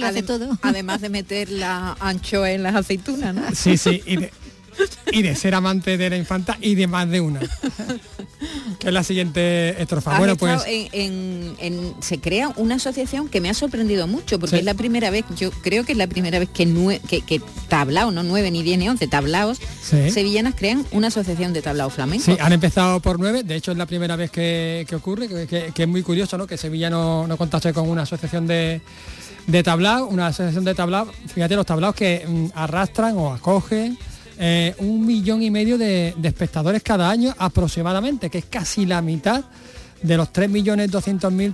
de meter la anchoa en las aceitunas, ¿no? Sí, y de ser amante de la infanta y de más de una. Que es la siguiente estrofa. Bueno, pues se crea una asociación que me ha sorprendido mucho, porque es la primera vez, yo creo que es la primera vez que tablaos, no 9 ni 10 ni 11 tablaos sevillanas crean una asociación de tablao flamenco. Sí, han empezado por 9, de hecho es la primera vez que ocurre, que es muy curioso, ¿no? Que Sevilla no contase con una asociación de tablao, una asociación de tablao. Fíjate los tablaos que arrastran o acogen 1,5 millones de espectadores cada año aproximadamente, que es casi la mitad de los 3.200.000,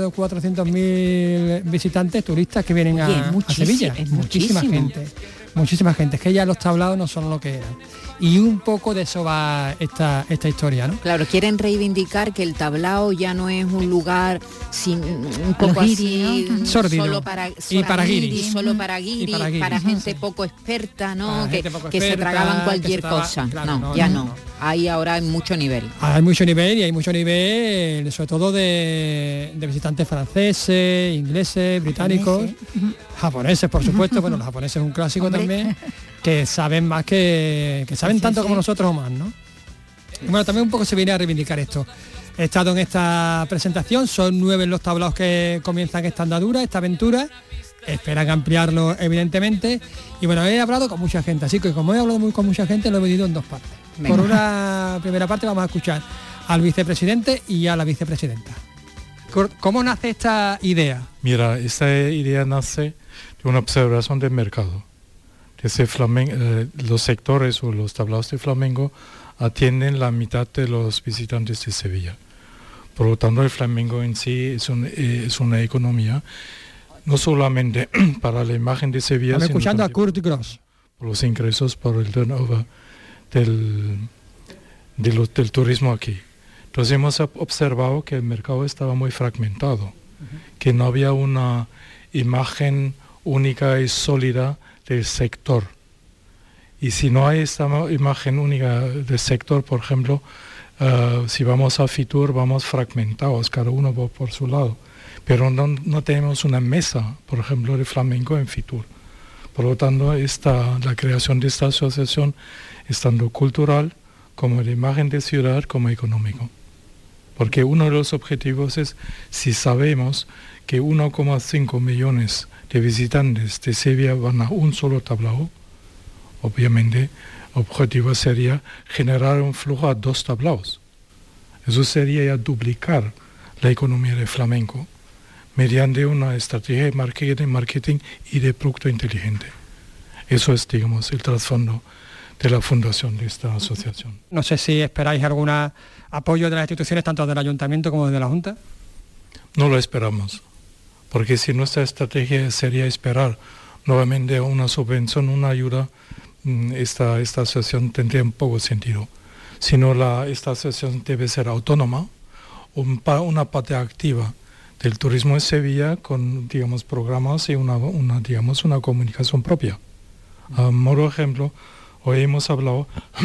3.400.000 visitantes turistas que vienen a Sevilla. Es muchísima gente. Es que ya los tablaos no son lo que eran. Y un poco de eso va esta historia, ¿no? Claro, quieren reivindicar que el tablao ya no es un lugar un poco así, ¿no? Sórdido. Solo para guiris, para gente poco experta, ¿no? Que se tragaban cualquier cosa. Claro, no. Ahí ahora hay mucho nivel. Hay mucho nivel, sobre todo de visitantes franceses, ingleses, británicos, japoneses, por supuesto. Bueno, los japoneses es un clásico también, que saben más que saben tanto como nosotros o más, ¿no? Y bueno, también un poco se viene a reivindicar esto. He estado en esta presentación, son 9 los tablaos que comienzan esta andadura, esta aventura. Esperan ampliarlo, evidentemente. Y bueno, he hablado con mucha gente, así que como he hablado con mucha gente, lo he dividido en 2 partes. Venga. Por una primera parte vamos a escuchar al vicepresidente y a la vicepresidenta. ¿Cómo nace esta idea? Mira, esta idea nace de una observación del mercado. Los sectores o los tablaos de flamenco atienden la mitad de los visitantes de Sevilla. Por lo tanto, el flamenco en sí es una economía, no solamente para la imagen de Sevilla, sino escuchando a Kurt Gross. Por los ingresos, por el turnover del turismo aquí. Entonces hemos observado que el mercado estaba muy fragmentado, que no había una imagen única y sólida del sector. Y si no hay esta imagen única del sector, por ejemplo, si vamos a Fitur, vamos fragmentados, cada uno por su lado. Pero no tenemos una mesa, por ejemplo, de flamenco en Fitur. Por lo tanto, la creación de esta asociación es tanto cultural como de imagen de ciudad como económico. Porque uno de los objetivos es, si sabemos que 1,5 millones de visitantes de Sevilla van a un solo tablao, obviamente el objetivo sería generar un flujo a 2 tablaos. Eso sería ya duplicar la economía del flamenco mediante una estrategia de marketing y de producto inteligente. Eso es, digamos, el trasfondo de la fundación de esta asociación. No sé si esperáis algún apoyo de las instituciones, tanto del Ayuntamiento como de la Junta. No lo esperamos, porque si nuestra estrategia sería esperar nuevamente una subvención, una ayuda, esta asociación tendría un poco sentido. Sino esta asociación debe ser autónoma, una parte activa del turismo de Sevilla con, digamos, programas y una comunicación propia. A modo de ejemplo, hoy hemos hablado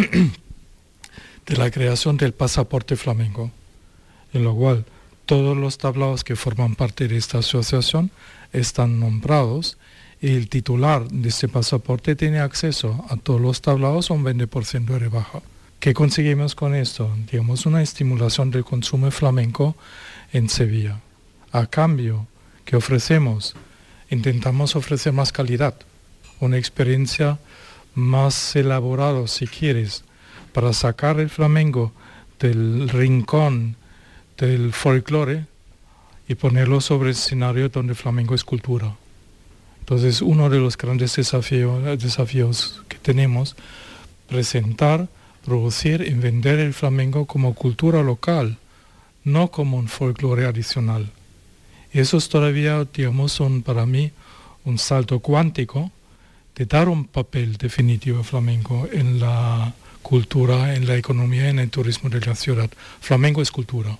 de la creación del pasaporte flamenco, en lo cual todos los tablaos que forman parte de esta asociación están nombrados y el titular de este pasaporte tiene acceso a todos los tablaos a un 20% de rebaja. ¿Qué conseguimos con esto? Digamos, una estimulación del consumo flamenco en Sevilla. A cambio, ¿qué ofrecemos? Intentamos ofrecer más calidad, una experiencia más elaborada, si quieres, para sacar el flamenco del rincón del folclore y ponerlo sobre el escenario donde el flamenco es cultura. Entonces, uno de los grandes desafíos que tenemos, presentar producir y vender el flamenco como cultura local, no como un folclore adicional. Eso es todavía, digamos, para mí un salto cuántico de dar un papel definitivo al flamenco en la cultura, en la economía, en el turismo de la ciudad. Flamenco es cultura,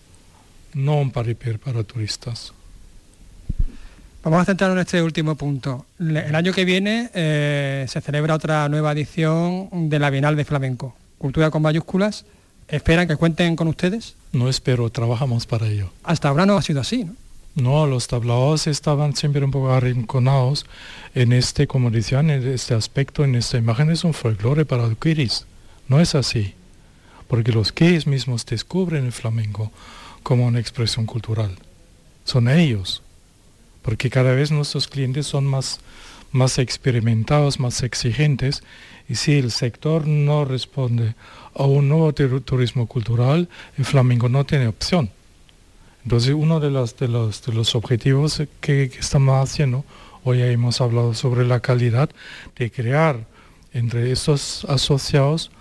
no un paripé para turistas. Vamos a centrarnos en este último punto. El año que viene se celebra otra nueva edición de la Bienal de Flamenco. Cultura con mayúsculas. ¿Esperan que cuenten con ustedes? No espero, trabajamos para ello. Hasta ahora no ha sido así, ¿no? No, los tablaos estaban siempre un poco arrinconados en este, como decían, en este aspecto, en esta imagen es un folclore para los quiris. No es así, porque los quiris mismos descubren el flamenco como una expresión cultural. Son ellos, porque cada vez nuestros clientes son más experimentados, más exigentes, y si el sector no responde a un nuevo turismo cultural, el flamenco no tiene opción. Entonces uno de los objetivos que estamos haciendo, hoy hemos hablado sobre la calidad, de crear entre estos asociados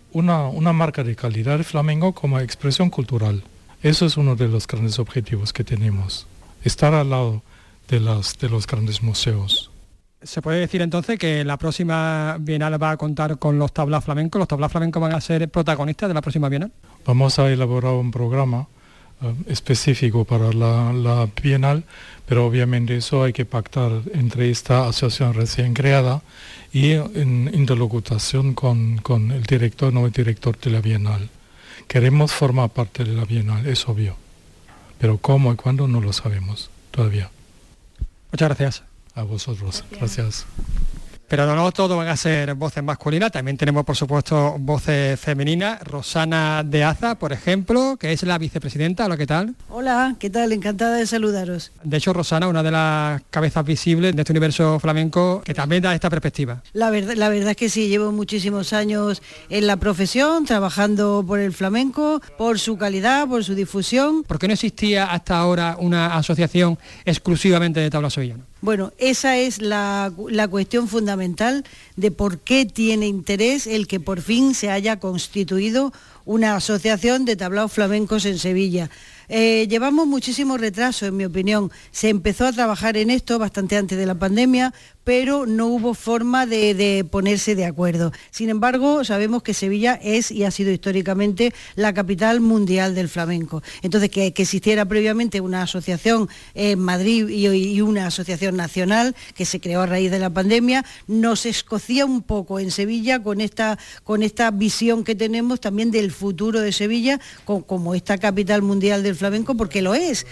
una marca de calidad de flamenco como expresión cultural. Eso es uno de los grandes objetivos que tenemos, estar al lado de los grandes museos. ¿Se puede decir entonces que la próxima Bienal va a contar con los tablaos flamencos? ¿Los tablaos flamencos van a ser protagonistas de la próxima Bienal? Vamos a elaborar un programa específico para la Bienal, pero obviamente eso hay que pactar entre esta asociación recién creada y en interlocución con el nuevo director de la Bienal. Queremos formar parte de la Bienal, es obvio, pero cómo y cuándo no lo sabemos todavía. Muchas gracias. A vosotros, gracias. Pero no todo van a ser voces masculinas, también tenemos por supuesto voces femeninas. Rosana de Aza, por ejemplo, que es la vicepresidenta. Hola, ¿qué tal? Hola, ¿qué tal? Encantada de saludaros. De hecho, Rosana, una de las cabezas visibles de este universo flamenco que también da esta perspectiva. La verdad es que sí, llevo muchísimos años en la profesión, trabajando por el flamenco, por su calidad, por su difusión. ¿Por qué no existía hasta ahora una asociación exclusivamente de tabla sevillano? Bueno, esa es la cuestión fundamental de por qué tiene interés el que por fin se haya constituido una asociación de tablaos flamencos en Sevilla. Llevamos muchísimo retraso, en mi opinión. Se empezó a trabajar en esto bastante antes de la pandemia, pero no hubo forma de ponerse de acuerdo. Sin embargo, sabemos que Sevilla es y ha sido históricamente la capital mundial del flamenco. Entonces, que existiera previamente una asociación en Madrid y una asociación nacional que se creó a raíz de la pandemia, nos escocía un poco en Sevilla con esta visión que tenemos también del futuro de Sevilla como esta capital mundial del flamenco, porque lo es,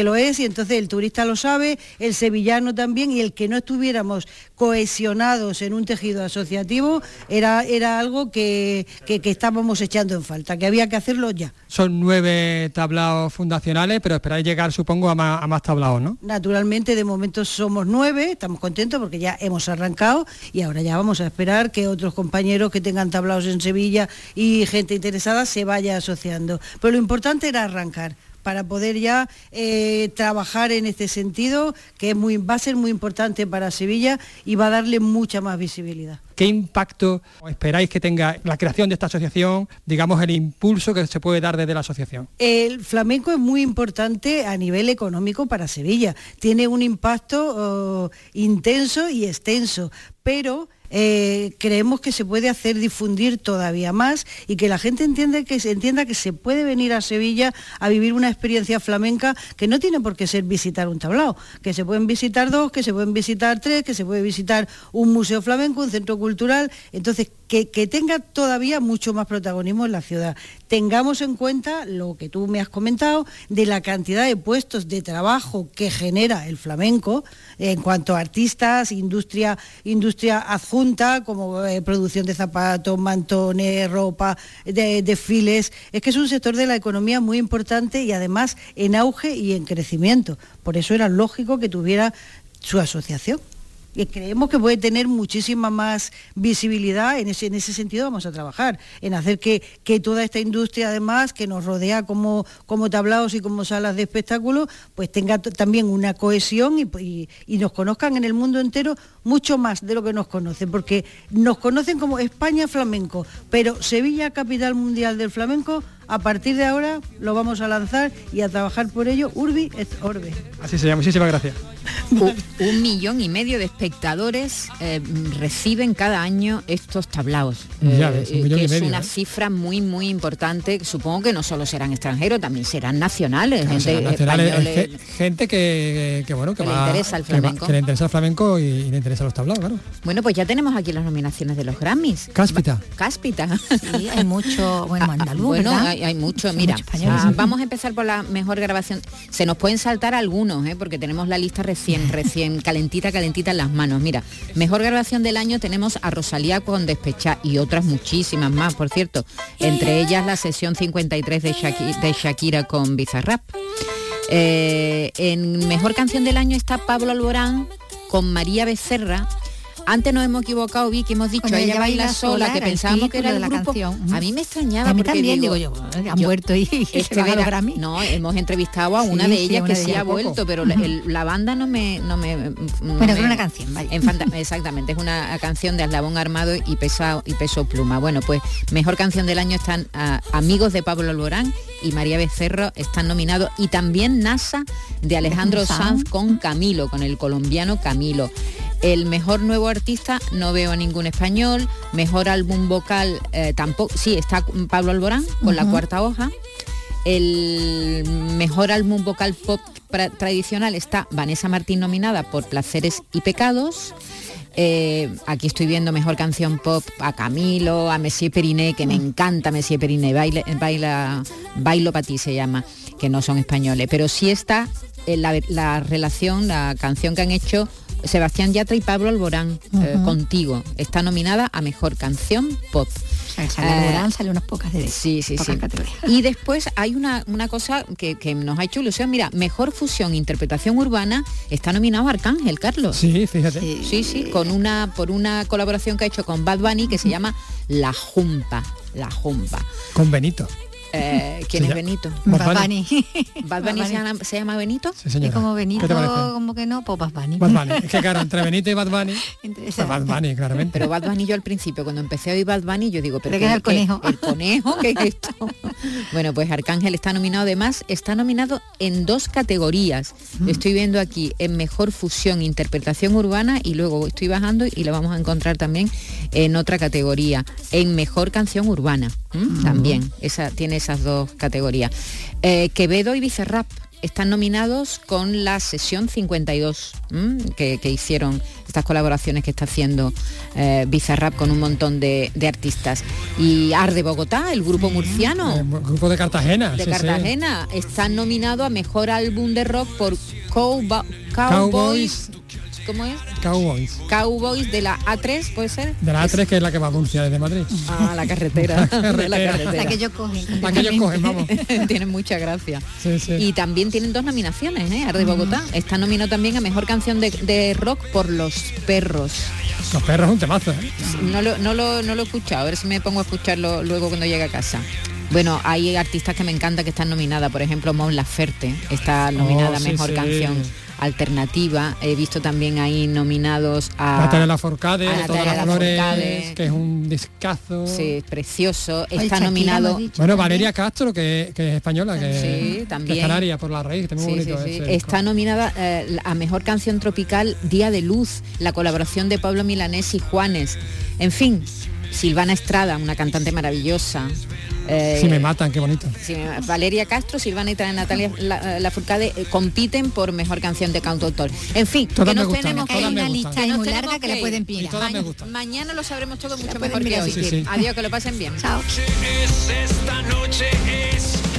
y entonces el turista lo sabe, el sevillano también, y el que no estuviéramos cohesionados en un tejido asociativo era algo que estábamos echando en falta, que había que hacerlo ya. Son 9 tablaos fundacionales, pero esperáis llegar, supongo, a más tablaos, ¿no? Naturalmente, de momento somos 9, estamos contentos porque ya hemos arrancado y ahora ya vamos a esperar que otros compañeros que tengan tablaos en Sevilla y gente interesada se vaya asociando. Pero lo importante era arrancar, para poder ya trabajar en este sentido, que va a ser muy importante para Sevilla y va a darle mucha más visibilidad. ¿Qué impacto esperáis que tenga la creación de esta asociación, digamos, el impulso que se puede dar desde la asociación? El flamenco es muy importante a nivel económico para Sevilla. Tiene un impacto intenso y extenso, pero creemos que se puede hacer difundir todavía más y que la gente entienda que se puede venir a Sevilla a vivir una experiencia flamenca que no tiene por qué ser visitar un tablao, que se pueden visitar 2, que se pueden visitar 3, que se puede visitar un museo flamenco, un centro cultural. Entonces, que tenga todavía mucho más protagonismo en la ciudad. Tengamos en cuenta lo que tú me has comentado de la cantidad de puestos de trabajo que genera el flamenco en cuanto a artistas, industria adjunta, como producción de zapatos, mantones, ropa, desfiles. Es que es un sector de la economía muy importante y además en auge y en crecimiento. Por eso era lógico que tuviera su asociación. creemos que puede tener muchísima más visibilidad. En ese sentido vamos a trabajar, en hacer que toda esta industria, además, que nos rodea como tablaos y como salas de espectáculo, pues tenga también una cohesión y nos conozcan en el mundo entero mucho más de lo que nos conocen, porque nos conocen como España flamenco, pero Sevilla, capital mundial del flamenco, a partir de ahora lo vamos a lanzar y a trabajar por ello, Urbi et Orbe. Así se llama, muchísimas gracias. 1,5 millones de espectadores reciben cada año estos tablaos, que es una cifra muy muy importante. Supongo que no solo serán extranjeros, también serán nacionales, claro, gente, serán nacionales, españoles, gente que le interesa el flamenco, que le interesa el flamenco y le interesa los tablaos, claro. Bueno, pues ya tenemos aquí las nominaciones de los Grammys. Cáspita. Sí, hay mucho, andaluz, bueno, ¿verdad? hay mucho. Mira, vamos a empezar por la mejor grabación. Se nos pueden saltar algunos, porque tenemos la lista recién calentita en las manos. Mira, mejor grabación del año tenemos a Rosalía con Despechá y otras muchísimas más, por cierto, entre ellas la sesión 53 de Shakira con Bizarrap. En mejor canción del año está Pablo Alborán con María Becerra. Antes nos hemos equivocado, Vicky, hemos dicho ella baila sola, que pensábamos que era el grupo. A mí me extrañaba, a mí porque también, digo yo, han vuelto y este verano, no, hemos entrevistado a una de ellas que sí ha vuelto, pero la banda no me bueno, es una canción, vaya. Exactamente, es una canción de Eslabón Armado y Peso Pluma. Bueno, pues mejor canción del año están Amigos de Pablo Alborán y María Becerra están nominados, y también NASA de Alejandro Sanz con Camilo, con el colombiano Camilo. El mejor nuevo artista no veo a ningún español. Mejor álbum vocal tampoco, sí, está Pablo Alborán con La Cuarta Hoja. El mejor álbum vocal pop tradicional está Vanessa Martín, nominada por Placeres y Pecados. Aquí estoy viendo mejor canción pop a Camilo, a Messier Periné, que me encanta Messier Periné, Bailo pa' ti se llama, que no son españoles, pero sí está la relación, la canción que han hecho Sebastián Yatra y Pablo Alborán, Contigo, está nominada a mejor canción pop. Alborán sale unas pocas de sí. Y después hay una cosa que nos ha hecho ilusión. Mira, mejor fusión interpretación urbana está nominado Arcángel, Carlos. Sí, fíjate. Sí, por una colaboración que ha hecho con Bad Bunny que se llama La Jumpa. Con Benito. ¿Quién es Benito? Bad Bunny. ¿Bad Bunny se llama Benito? Sí, señora. Y como Benito, como que no, pues Bad Bunny. Es que claro, entre Benito y Bad Bunny, pues Bad Bunny, claramente. Pero Bad Bunny, yo al principio, cuando empecé a oír Bad Bunny, yo digo, ¿pero qué es el conejo? ¿El conejo? ¿Qué es esto? Bueno, pues Arcángel está nominado, además, está nominado en 2 categorías. Estoy viendo aquí en mejor fusión, interpretación urbana, y luego estoy bajando y lo vamos a encontrar también en otra categoría, en mejor canción urbana. También, tiene esas 2 categorías. Quevedo y Bizarrap están nominados con la sesión 52, que hicieron estas colaboraciones que está haciendo Bizarrap con un montón de artistas. Y Arde Bogotá, el grupo murciano. El grupo de Cartagena. Cartagena. Están nominados a mejor álbum de rock por Cowboys. ¿Cómo es? Cowboys de la A3, ¿puede ser? De la A3, que es la que va a Murcia desde Madrid. La carretera. La que ellos cogen. Vamos. Tienen mucha gracia. Sí. Y también tienen 2 nominaciones, Arde Bogotá. Está nominado también a mejor canción de rock por Los Perros. Los Perros es un temazo, No lo he escuchado, a ver si me pongo a escucharlo luego cuando llegue a casa. Bueno, hay artistas que me encanta que están nominadas, por ejemplo, Mon Laferte está nominada a mejor canción alternativa. He visto también ahí nominados a Natalia Lafourcade, Todas las Flores, que es un discazo. Sí, precioso. Está nominado. Bueno, Valeria Castro, que es española, que también. Es canaria por la raíz, muy bonito. Está nominada a mejor canción tropical Día de Luz, la colaboración de Pablo Milanés y Juanes. En fin, Silvana Estrada, una cantante maravillosa. Si me matan, qué bonito. Valeria Castro, Silvana y Natalia Lafourcade compiten por mejor canción de cantautor. En fin, todas que nos gustan, tenemos hay una lista muy larga que le pueden pillar. Mañana lo sabremos todo mucho mejor que hoy. Adiós, que lo pasen bien. Chao. Esta noche es